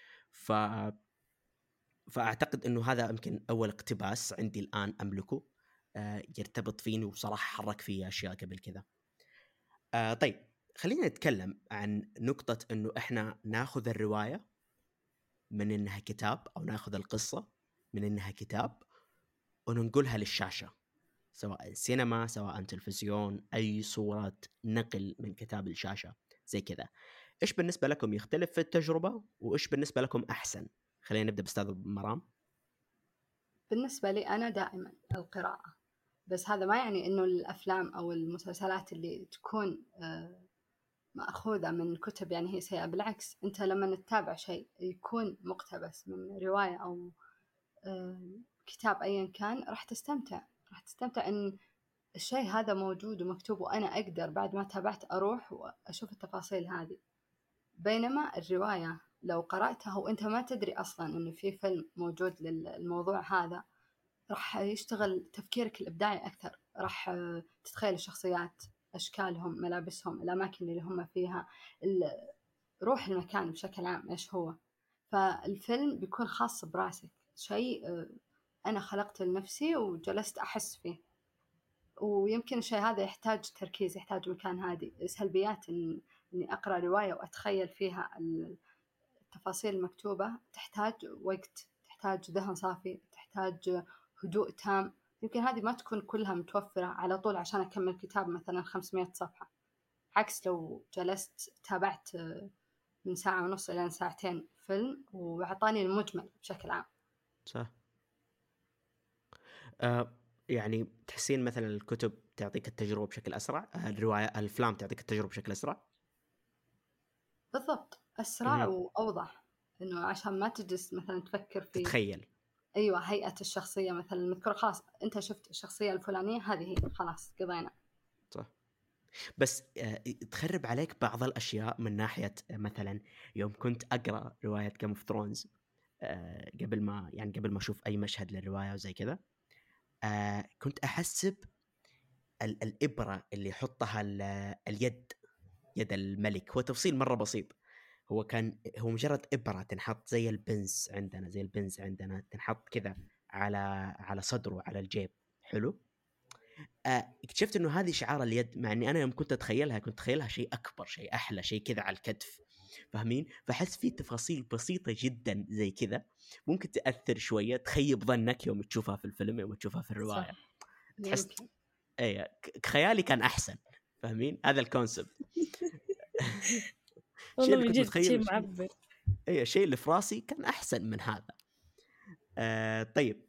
فأعتقد أنه هذا يمكن أول اقتباس عندي الآن أملكه يرتبط فيني، وصراحة حرك فيه أشياء قبل كذا. طيب خلينا نتكلم عن نقطة أنه إحنا ناخذ الرواية من إنها كتاب، أو ناخذ القصة من إنها كتاب وننقلها للشاشة، سواء سينما سواء تلفزيون، أي صورة نقل من كتاب للشاشة زي كذا. إيش بالنسبة لكم يختلف في التجربة، وإيش بالنسبة لكم أحسن؟ خلينا نبدأ بأستاذ مرام. بالنسبة لي أنا دائما القراءة، بس هذا ما يعني إنه الأفلام أو المسلسلات اللي تكون مأخوذة من كتب يعني هي سيئة. بالعكس، أنت لما تتابع شيء يكون مقتبس من رواية أو كتاب أيا كان، راح تستمتع إن الشيء هذا موجود ومكتوب، وأنا أقدر بعد ما تابعت أروح وأشوف التفاصيل هذه. بينما الرواية لو قرأتها وأنت ما تدري أصلا إنه في فيلم موجود للموضوع هذا، راح يشتغل تفكيرك الإبداعي أكثر. راح تتخيل الشخصيات، أشكالهم، ملابسهم، الأماكن اللي هم فيها، روح المكان بشكل عام إيش هو. فالفيلم بيكون خاص براسك، شيء أنا خلقته لنفسي وجلست أحس فيه. ويمكن الشيء هذا يحتاج تركيز، يحتاج مكان هادي. سلبيات إني أقرأ رواية وأتخيل فيها التفاصيل المكتوبة تحتاج وقت، تحتاج ذهن صافي، تحتاج هدوء تام. يمكن هذه ما تكون كلها متوفرة على طول عشان أكمل كتاب مثلا 500 صفحة. عكس لو جلست تابعت من ساعة ونص إلى ساعتين فيلم وأعطاني المجمل بشكل عام. صح. يعني تحسين مثلا الكتب تعطيك التجربة بشكل أسرع، الأفلام تعطيك التجربة بشكل أسرع؟ بالضبط، أسرع وأوضح، إنه عشان ما تجلس مثلا تفكر في تتخيل. أيوة هيئة الشخصية مثلا المذكورة، خلاص أنت شفت الشخصية الفلانية هذه هي، خلاص قضينا. صح. بس تخرب عليك بعض الأشياء من ناحية مثلا يوم كنت أقرأ رواية Game of Thrones قبل ما أشوف أي مشهد للرواية وزي كذا، كنت أحسب الإبرة اللي يحطها يد الملك هو تفصيل مرة بسيط. هو مجرد إبرة تنحط زي البنز عندنا تنحط كذا على صدره على الجيب. حلو. اكتشفت انه هذه شعار اليد، مع اني انا يوم كنت اتخيلها شيء اكبر، شيء احلى، شيء كذا على الكتف. فاهمين؟ فحس في تفاصيل بسيطة جدا زي كذا ممكن تأثر شوية، تخيب ظنك يوم تشوفها في الفيلم، يوم تشوفها في الرواية. صح. تحس يمكن. خيالي كان احسن. فاهمين؟ هذا الكونسبت. الشيء والله اللي من كنت جد متخيل شيء معبر. الشيء اللي في راسي كان احسن من هذا. طيب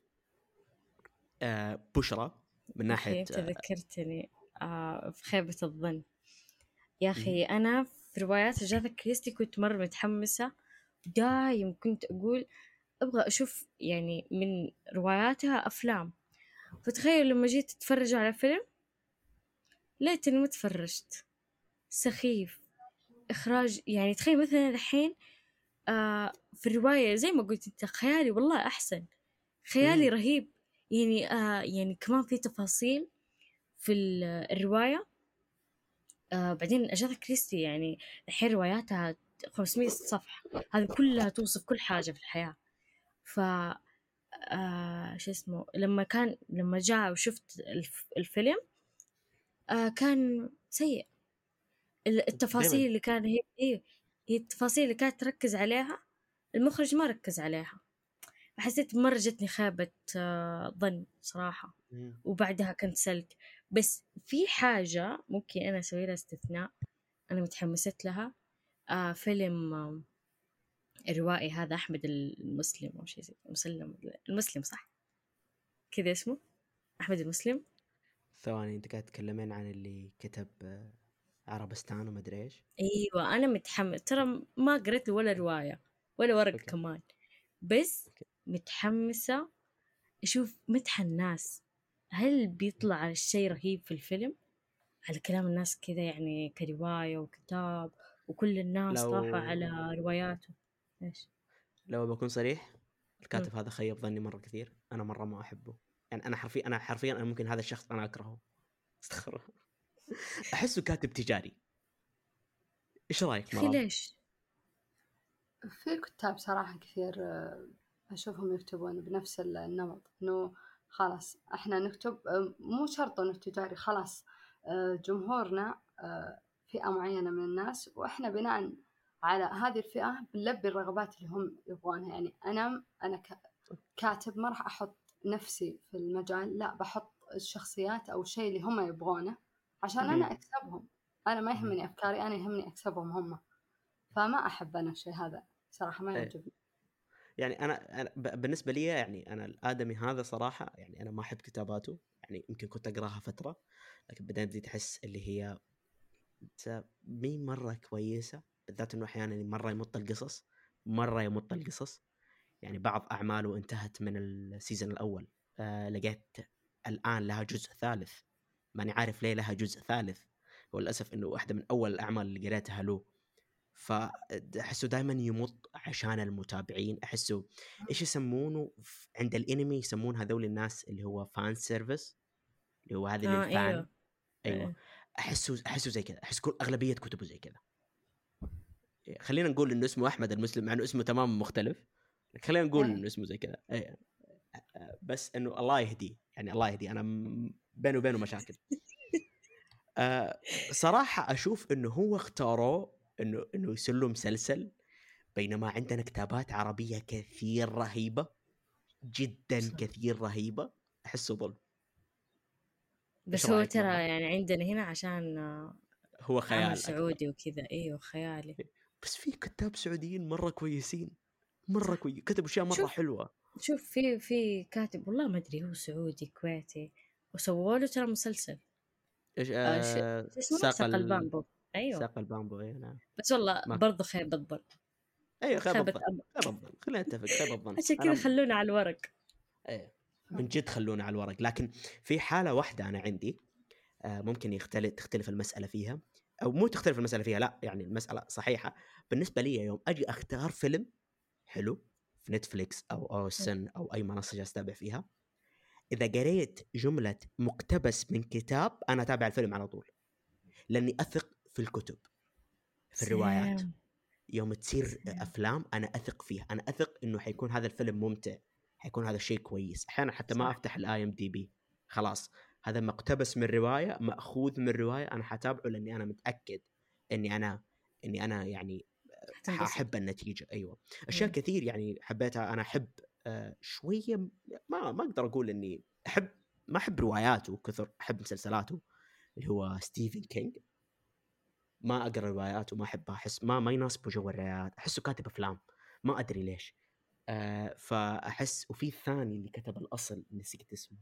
بشرى من ناحية أنت ذكرتني في خيبة الظن. يا أخي أنا في روايات أجاثا كريستي كنت مرة متحمسة، دايم كنت أقول أبغى أشوف يعني من رواياتها أفلام. فتخيل لما جيت أتفرج على فيلم ليتني ما تفرجت، سخيف، إخراج. يعني تخيل مثلا الحين في الرواية زي ما قلت أنت، خيالي والله أحسن، خيالي رهيب. يعني يعني كمان في تفاصيل في الرواية. بعدين أجاثا كريستي يعني الحين رواياتها 500 صفحة، هذه كلها توصف كل حاجة في الحياة. ف شو اسمه، لما جاء وشفت الفيلم كان سيء. التفاصيل اللي كان هي التفاصيل اللي كانت تركز عليها المخرج ما ركز عليها، حسيت مرة جتني خيبة ظن صراحة، مم. وبعدها كنسلت. بس في حاجة ممكن أنا أسوي لها استثناء، أنا متحمست لها. فيلم الروائي هذا أحمد المسلم أو شيء المسلم صح كذا اسمه، أحمد المسلم. ثواني، انت قاعد تتكلمين عن اللي كتب عربستان ومدري ايش؟ أيوة أنا متحمس، ترى ما قريت له ولا رواية ولا ورقة اوكي. كمان، بس اوكي. متحمسة أشوف مدح الناس، هل بيطلع الشيء رهيب في الفيلم على كلام الناس كذا يعني كرواية وكتاب، وكل الناس راحوا لو على رواياته. إيش؟ لو بكون صريح، مم. الكاتب هذا خيب ظني مرة كثير، انا مرة ما احبه. يعني انا حرفيا انا ممكن هذا الشخص انا اكرهه. استغفر الله. احسه كاتب تجاري. ايش رايك أخي مرام؟ ليش؟ في كتاب صراحة كثير أشوفهم يكتبون بنفس النمط، إنه خلاص إحنا نكتب مو شرط إنه تجاري، خلاص جمهورنا فئة معينة من الناس، وإحنا بناء على هذه الفئة بنلبي الرغبات اللي هم يبغونها. يعني أنا كاتب ما راح أحط نفسي في المجال، لا بحط الشخصيات أو الشيء اللي هم يبغونه عشان أنا مهم. أكسبهم. أنا ما مهم. يهمني أفكاري، أنا يهمني أكسبهم هم. فما أحب أنا الشيء هذا صراحة، ما ايه. يعجبني. يعني انا بالنسبه لي، يعني انا الادمي هذا صراحه، يعني انا ما احب كتاباته. يعني يمكن كنت اقراها فتره، لكن بعدين بديت احس اللي هي مي مره كويسه، بالذات انه احيانا مره يمط القصص، مره يمط القصص. يعني بعض اعماله انتهت من السيزون الاول، لقيت الان لها جزء ثالث، ماني عارف ليه لها جزء ثالث. وللاسف انه واحده من اول الاعمال اللي قريتها له. فاحسه دائما يمط عشان المتابعين. احسه ايش يسمونه عند الانمي، يسمون هذول الناس اللي هو فان سيرفيس، اللي هو هذا للفان. أيوة. ايوه. احسه زي كذا، احس كل اغلبيه كتبه زي كذا. خلينا نقول انه اسمه احمد المسلم مع انه اسمه تماما مختلف، خلينا نقول إيه. انه اسمه زي كذا. أي. بس انه الله يهديه، يعني الله يهديه، انا بينه وبينه مشاكل. أه صراحه اشوف انه هو اختاروه انه يصير له مسلسل، بينما عندنا كتابات عربيه كثير رهيبه، جدا صح. كثير رهيبه. احسه ظلم. ايش بس هو رايك ترى مرام؟ يعني عندنا هنا عشان هو عمل خيال اكثر. سعودي وكذا، أيوة خيالي. بس في كتاب سعوديين مره كويسين، مره صح. كويس، كتبوا اشياء مره شوف حلوه. شوف في كاتب والله ما أدري هو سعودي كويتي، وسووا له ترى مسلسل. ايش شو اسمه ساق ساق البامبو. أيوة. ساق البامبو، اي نعم. بس والله ما برضو خيبة ظن. ايوه، خيب خيبة الظن. أمل. خيب الظن، خلينا نتفق، خيب الظن. عشان كذا انا خلونا على الورق. ايه، من جد خلونا على الورق. لكن في حاله واحده انا عندي، ممكن تختلف المساله فيها، او مو تختلف المساله فيها، لا يعني المساله صحيحه. بالنسبه لي يوم اجي اختار فيلم حلو في نتفليكس او السن او اي منصه جالس اتابع فيها، اذا قريت جمله مقتبس من كتاب انا اتابع الفيلم على طول، لاني اثق في الكتب، في الروايات. سام. يوم تصير سام. افلام انا اثق فيها، انا اثق انه حيكون هذا الفيلم ممتع، حيكون هذا الشيء كويس. احيانا حتى ما صح. افتح الاي ام دي بي، خلاص هذا مقتبس من روايه، ماخوذ من روايه، انا حتابعه لاني انا متاكد اني انا يعني هتنبسط. حاحب النتيجه. ايوه. اشياء مم. كثير يعني حبيتها. انا احب شويه، ما اقدر اقول اني احب، ما احب رواياته كثر، احب مسلسلاته، اللي هو ستيفن كينج. ما اقرا روايات وما احبها، احس ما يناسبه جو الروايات، احسه كاتب افلام، ما ادري ليش. فاحس. وفي الثاني اللي كتب الاصل نسيت اسمه.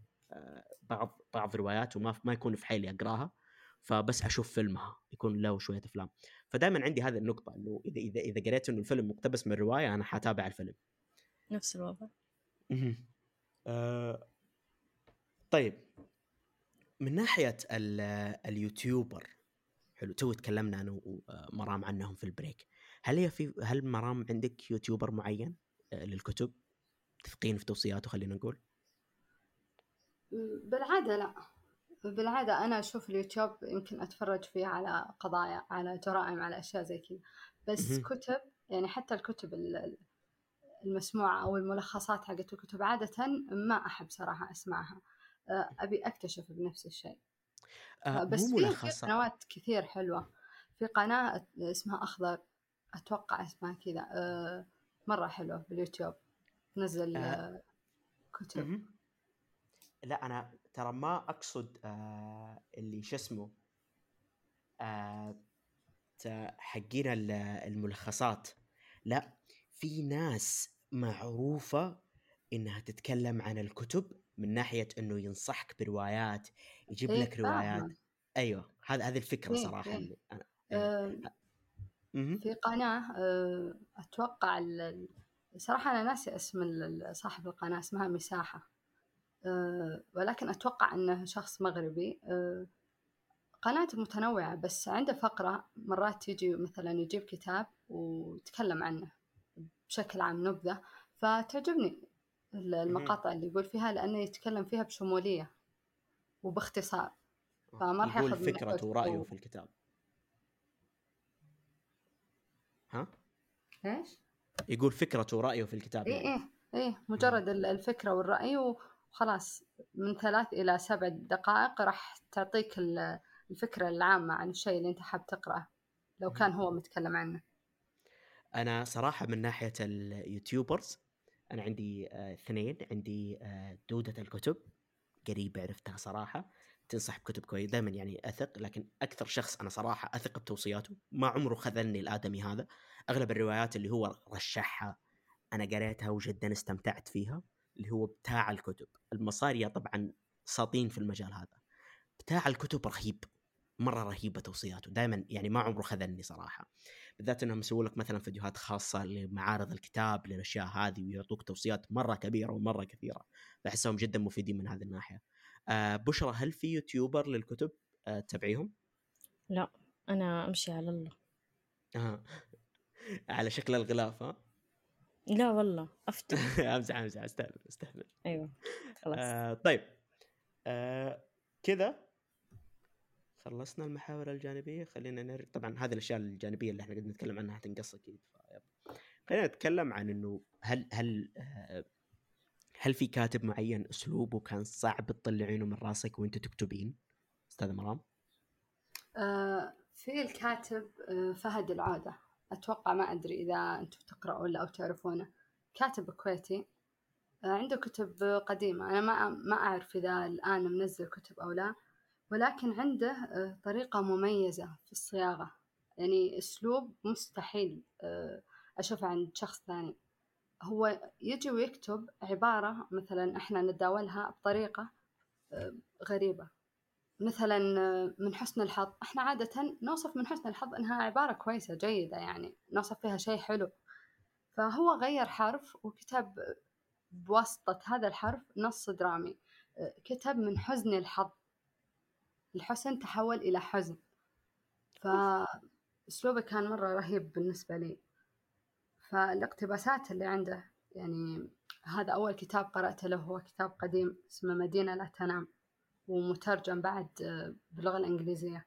بعض رواياته ما يكون في حيلي اقراها، فبس اشوف فيلمها يكون له شويه افلام. فدائما عندي هذه النقطه، انه اذا قريت انه الفيلم مقتبس من الروايه انا حتابع الفيلم. نفس الوضع. مهم. آه طيب، من ناحيه اليوتيوبر، حلو، تو تكلمنا انا ومرام عنهم في البريك. هل مرام عندك يوتيوبر معين للكتب تثقين في توصياته، خلينا نقول؟ بالعادة لا، بالعادة أنا أشوف اليوتيوب يمكن أتفرج فيه على قضايا، على جرائم، على أشياء زي كذا. بس مهم. كتب، يعني حتى الكتب المسموعة أو الملخصات حقت الكتب عادة ما أحب صراحة أسمعها. أبي أكتشف بنفس الشيء. مو بس في ملخصة. قنوات كثير حلوة. في قناة اسمها أخضر، أتوقع اسمها كذا، مرة حلوة باليوتيوب، نزل كتب. مهم. لا أنا ترى ما أقصد اللي شو اسمه حقين الملخصات. لا، في ناس معروفة إنها تتكلم عن الكتب من ناحية إنه ينصحك بروايات، يجيب إيه لك روايات. فاهمة. أيوة، هذه الفكرة فيه صراحة فيه اللي أنا إيه. آه، مهم. في قناة أتوقع صراحة أنا ناسي اسم صاحب القناة، اسمها مساحة، ولكن أتوقع أنه شخص مغربي. قناة متنوعة، بس عنده فقرة مرات يجي مثلا يجيب كتاب ويتكلم عنه بشكل عام، نبذة. فتعجبني مهم. المقاطع اللي يقول فيها، لأنه يتكلم فيها بشمولية وباختصار، فما راح يقول ياخذ منك فكرة وقت ورأيه في الكتاب. ها، إيش؟ يقول فكرة ورأيه في الكتاب إيه يعني. إيه إيه، مهم. مجرد الفكرة والرأي وخلاص. من 3 إلى 7 دقائق راح تعطيك الفكرة العامة عن الشيء اللي أنت حاب تقرأه، لو مهم. كان هو متكلم عنه. أنا صراحة من ناحية اليوتيوبرز، أنا عندي اثنين. عندي دودة الكتب، قريب عرفتها صراحة، تنصح بكتب كويس دائما، يعني أثق. لكن أكثر شخص أنا صراحة أثق بتوصياته، ما عمره خذلني الآدمي هذا. أغلب الروايات اللي هو رشحها أنا قريتها وجدا استمتعت فيها، اللي هو بتاع الكتب. المصارية طبعا ساطين في المجال هذا. بتاع الكتب رهيب، مرة رهيبة توصياته دائما، يعني ما عمره خذلني صراحة. بالذات انهم يسووا لك مثلا فيديوهات خاصة لمعارض الكتاب للاشياء هذه، ويعطوك توصيات مرة كبيرة ومرة كثيرة. بحسهم جدا مفيدين من هذه الناحية. بشرى، هل في يوتيوبر للكتب تتابعيهم؟ لا، أنا أمشي على الله. آه. على شكل الغلاف ها. لا والله أفتح. امزح استهبل. أيوة خلاص. طيب، كذا خلصنا المحاور الجانبية. خلينا طبعا هذه الأشياء الجانبية اللي احنا قاعدين نتكلم عنها تنقص أكيد. خلينا نتكلم عن إنه هل في كاتب معين أسلوبه كان صعب تطلعينه من راسك وأنت تكتبين، أستاذ مرام؟ في الكاتب فهد العادة، أتوقع، ما أدري إذا أنتم تقرأوا أو تعرفونه. كاتب كويتي، عنده كتب قديمة. أنا ما أعرف إذا الآن منزل كتب أو لا، ولكن عنده طريقة مميزة في الصياغة، يعني أسلوب مستحيل أشوفه عند شخص ثاني. هو يجي ويكتب عبارة مثلا إحنا نتداولها بطريقة غريبة. مثلا من حسن الحظ، إحنا عادة نوصف من حسن الحظ إنها عبارة كويسة جيدة، يعني نوصف فيها شيء حلو. فهو غير حرف وكتب بواسطة هذا الحرف نص درامي. كتب من حزن الحظ، الحسن تحول إلى حزن. فأسلوبه كان مرة رهيب بالنسبة لي. فالاقتباسات اللي عنده، يعني هذا أول كتاب قرأته له، هو كتاب قديم اسمه مدينة لا تنام، ومترجم بعد باللغة الإنجليزية.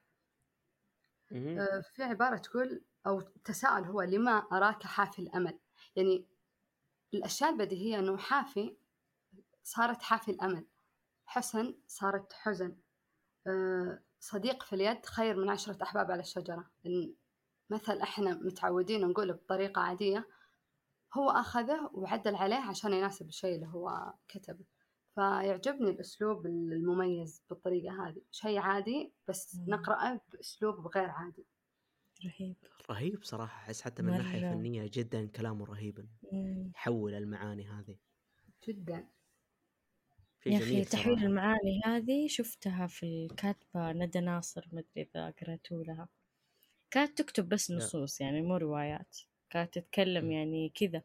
في عبارة تقول، أو تساؤل هو: لما أراك حافي الأمل؟ يعني الأشياء البديهية أنه حافي صارت حافي الأمل، حسن صارت حزن، صديق في اليد خير من 10 أحباب على الشجرة. مثل إحنا متعودين نقوله بطريقة عادية، هو أخذه وعدل عليه عشان يناسب الشيء اللي هو كتبه. فيعجبني الأسلوب المميز بالطريقة هذه، شيء عادي بس نقرأه بأسلوب غير عادي. رهيب رهيب صراحة. أحس حتى من ناحية مرة. فنية جدا كلامه رهيب، يحول المعاني هذه. جدا. شيء يا أخي جميل تحويل صراحة. المعاني هذه شفتها في الكاتبة ندى ناصر، ما أدري إذا قرأتوا لها. كانت تكتب بس لا. نصوص، يعني مو روايات. كانت تتكلم يعني كذا،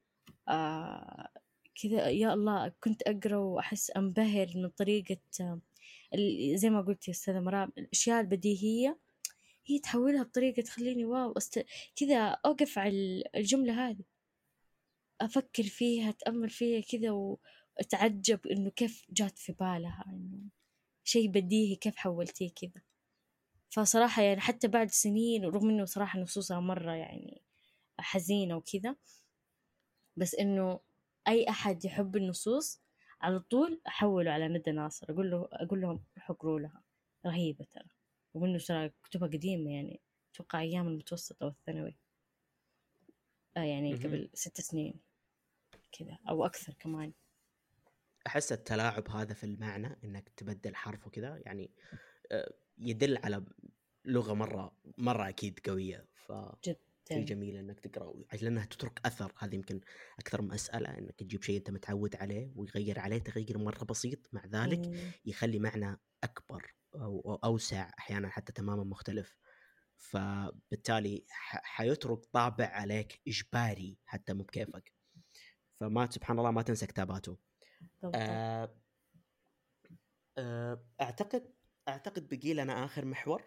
كذا يا الله. كنت أقرأ وأحس أنبهر من طريقة زي ما قلت يا أستاذة مرام، الأشياء البديهية هي تحولها بطريقة تخليني واو كذا أوقف على الجملة هذه، أفكر فيها، أتأمل فيها كذا، وأتعجب إنه كيف جات في بالها، إنه شيء بديهي كيف حولتيه كذا. فصراحة يعني حتى بعد سنين، ورغم إنه صراحة نصوصها مرة يعني حزينة وكذا، بس إنه أي أحد يحب النصوص على طول أحوله على ندى ناصر، أقول لهم روحوا اقروا لها، رهيبة ترى. وإنه ترى كتبها قديمة، يعني أتوقع أيام المتوسط أو الثانوي. يعني قبل 6 سنين كذا أو أكثر كمان. أحس التلاعب هذا في المعنى إنك تبدل حرف وكذا يعني يدل على لغة مرة أكيد قوية، شيء جدا جميل انك تقرا لانها تترك اثر. هذه يمكن اكثر مساله، انك تجيب شيء انت متعود عليه ويغير عليه تغيير مره بسيط، مع ذلك يخلي معنى اكبر او اوسع، احيانا حتى تماما مختلف. فبالتالي حيترك طابع عليك اجباري حتى مو بكيفك. فما سبحان الله ما تنسى كتاباته. اعتقد بقي لنا اخر محور.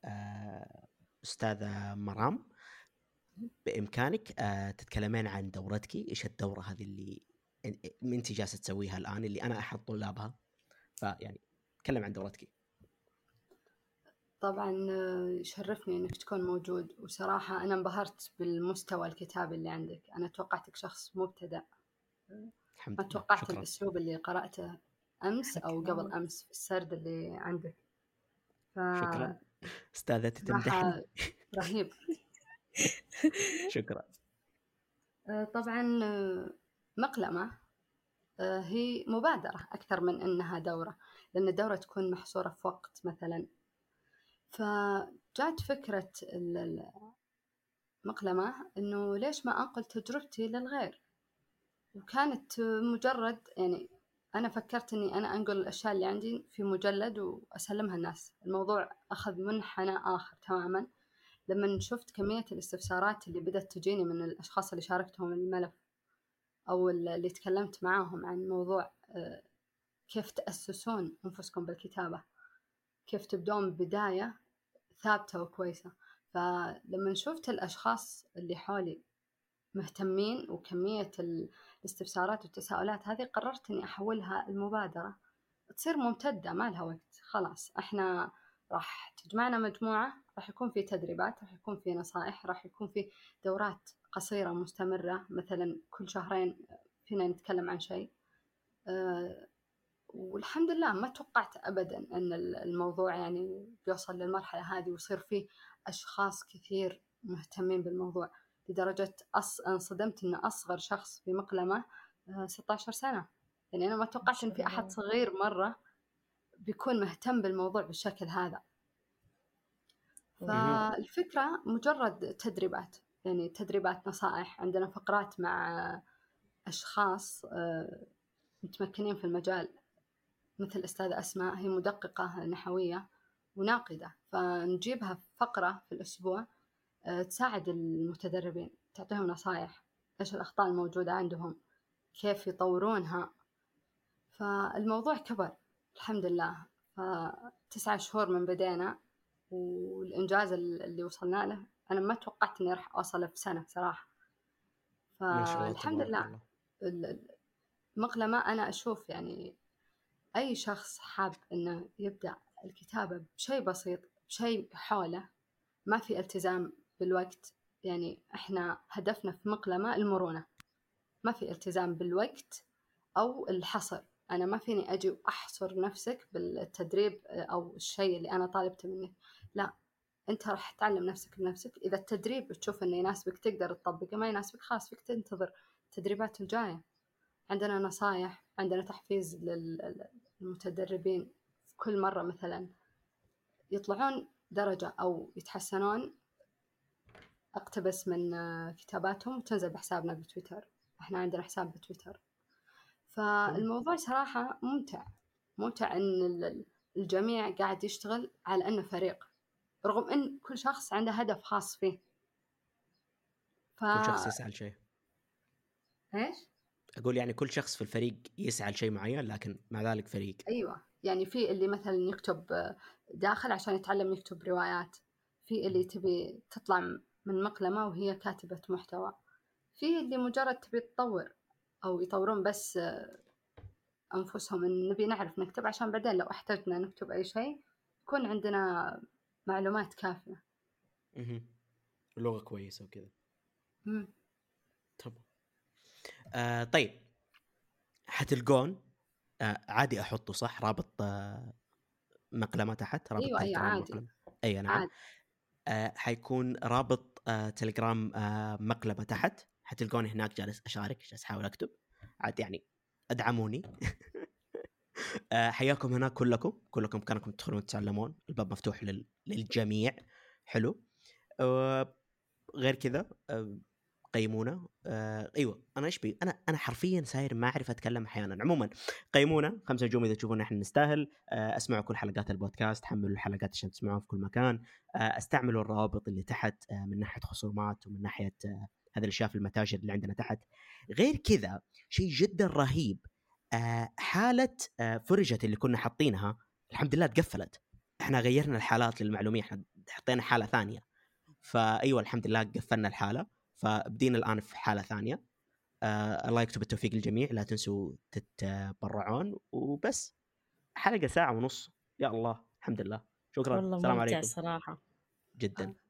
استاذه مرام، بإمكانك تتكلمين عن دورتك. إيش الدورة هذه اللي أنت جالسة تسويها الآن، اللي أنا أحد طلابها؟ فيعني تكلم عن دورتك. طبعا يشرفني إنك تكون موجود، وصراحة أنا انبهرت بالمستوى الكتابي اللي عندك. أنا توقعتك شخص مبتدأ، ما توقعت الأسلوب اللي قرأته أمس أو قبل أمس في السرد اللي عندك. شكرا أستاذتي، تمدحني. رهيب. شكرا. طبعا مقلمة هي مبادرة أكثر من أنها دورة، لأن الدورة تكون محصورة في وقت مثلا. فجاءت فكرة المقلمة أنه ليش ما أنقل تجربتي للغير، وكانت مجرد يعني أنا فكرت أني أنا أنقل الأشياء اللي عندي في مجلد وأسلمها الناس. الموضوع أخذ منحنى آخر تماما لما شفت كمية الاستفسارات اللي بدأت تجيني من الأشخاص اللي شاركتهم الملف أو اللي تكلمت معاهم عن موضوع كيف تأسسون أنفسكم بالكتابة، كيف تبدون بداية ثابتة وكويسة. فلما شفت الأشخاص اللي حولي مهتمين وكمية الاستفسارات والتساؤلات هذه، قررت أني أحولها المبادرة تصير ممتدة، ما لها وقت. خلاص إحنا راح تجمعنا مجموعة، راح يكون في تدريبات، راح يكون في نصائح، راح يكون في دورات قصيرة مستمرة، مثلا كل شهرين فينا نتكلم عن شيء. والحمد لله ما توقعت أبدا أن الموضوع يعني بيوصل للمرحلة هذه ويصير فيه أشخاص كثير مهتمين بالموضوع، لدرجة انصدمت أن أصغر شخص في مقلمة 16 سنة. يعني أنا ما توقعت أن في أحد صغير مرة بيكون مهتم بالموضوع بالشكل هذا. فالفكرة مجرد تدريبات، يعني تدريبات نصائح. عندنا فقرات مع أشخاص متمكنين في المجال، مثل أستاذة أسماء، هي مدققة نحوية وناقدة، فنجيبها فقرة في الأسبوع تساعد المتدربين، تعطيهم نصائح إيش الأخطاء الموجودة عندهم، كيف يطورونها. فالموضوع كبر الحمد لله. ف9 شهور من بدينا، والإنجاز اللي وصلنا له أنا ما توقعت إني راح أوصله في سنة صراحة. فالحمد لله. المقلمة أنا أشوف يعني أي شخص حاب إنه يبدأ الكتابة بشيء بسيط، بشيء حوله، ما في التزام بالوقت. يعني إحنا هدفنا في مقلمة المرونة، ما في التزام بالوقت أو الحصر. أنا ما فيني أجي وأحصر نفسك بالتدريب أو الشيء اللي أنا طالبته منك، لا، أنت راح تعلم نفسك بنفسك. إذا التدريب تشوف إنه يناسبك تقدر تطبقه، ما يناسبك خلاص فيك تنتظر التدريبات الجاية. عندنا نصايح، عندنا تحفيز للمتدربين في كل مرة، مثلا يطلعون درجة أو يتحسنون، أقتبس من كتاباتهم وتنزل بحسابنا بتويتر. إحنا عندنا حساب بتويتر. فالموضوع صراحة ممتع إن الجميع قاعد يشتغل على أنه فريق، رغم أن كل شخص عنده هدف خاص فيه. كل شخص يسعى لشيء. إيش؟ أقول يعني كل شخص في الفريق يسعى لشيء معين، لكن مع ذلك فريق. أيوة، يعني في اللي مثلا يكتب داخل عشان يتعلم يكتب روايات، في اللي تبي تطلع من مقلمة وهي كاتبة محتوى، في اللي مجرد تبي تطور أو يطورون بس أنفسهم، إن نبي نعرف نكتب عشان بعدين لو احتجنا نكتب أي شيء يكون عندنا معلومات كافية. لغة كويسة وكذا. طيب حتلقون عادي أحطه صح رابط مقلمة تحت، رابط أيوة تليجرام عادي. مقلمة. أي نعم. حيكون رابط تليجرام مقلمة تحت، حتلقوني هناك جالس أشارك، جالس أحاول أكتب عاد، يعني ادعموني. حياكم هناك كلكم كانكم تدخلون تتعلمون، الباب مفتوح للجميع. حلو. غير كذا قيمونا. ايوه انا ايش بي، انا حرفيا ساير ما اعرف اتكلم احيانا. عموما قيمونا 5 نجوم اذا تشوفون احنا نستاهل. اسمعوا كل حلقات البودكاست، حملوا الحلقات عشان تسمعوها في كل مكان. استعملوا الروابط اللي تحت من ناحيه خصومات ومن ناحيه هذه الاشياء في المتاجر اللي عندنا تحت. غير كذا شيء جدا رهيب، حاله فرجت اللي كنا حاطينها الحمد لله تقفلت. احنا غيرنا الحالات للمعلوميه، احنا حطينا حاله ثانيه، فايوه الحمد لله قفلنا الحاله، فبدينا الان في حاله ثانيه. الله يكتب التوفيق للجميع، لا تنسوا تتبرعون وبس. حلقه ساعه ونص، يا الله الحمد لله. شكرا، والله السلام ممتع عليكم. صراحة. جدا.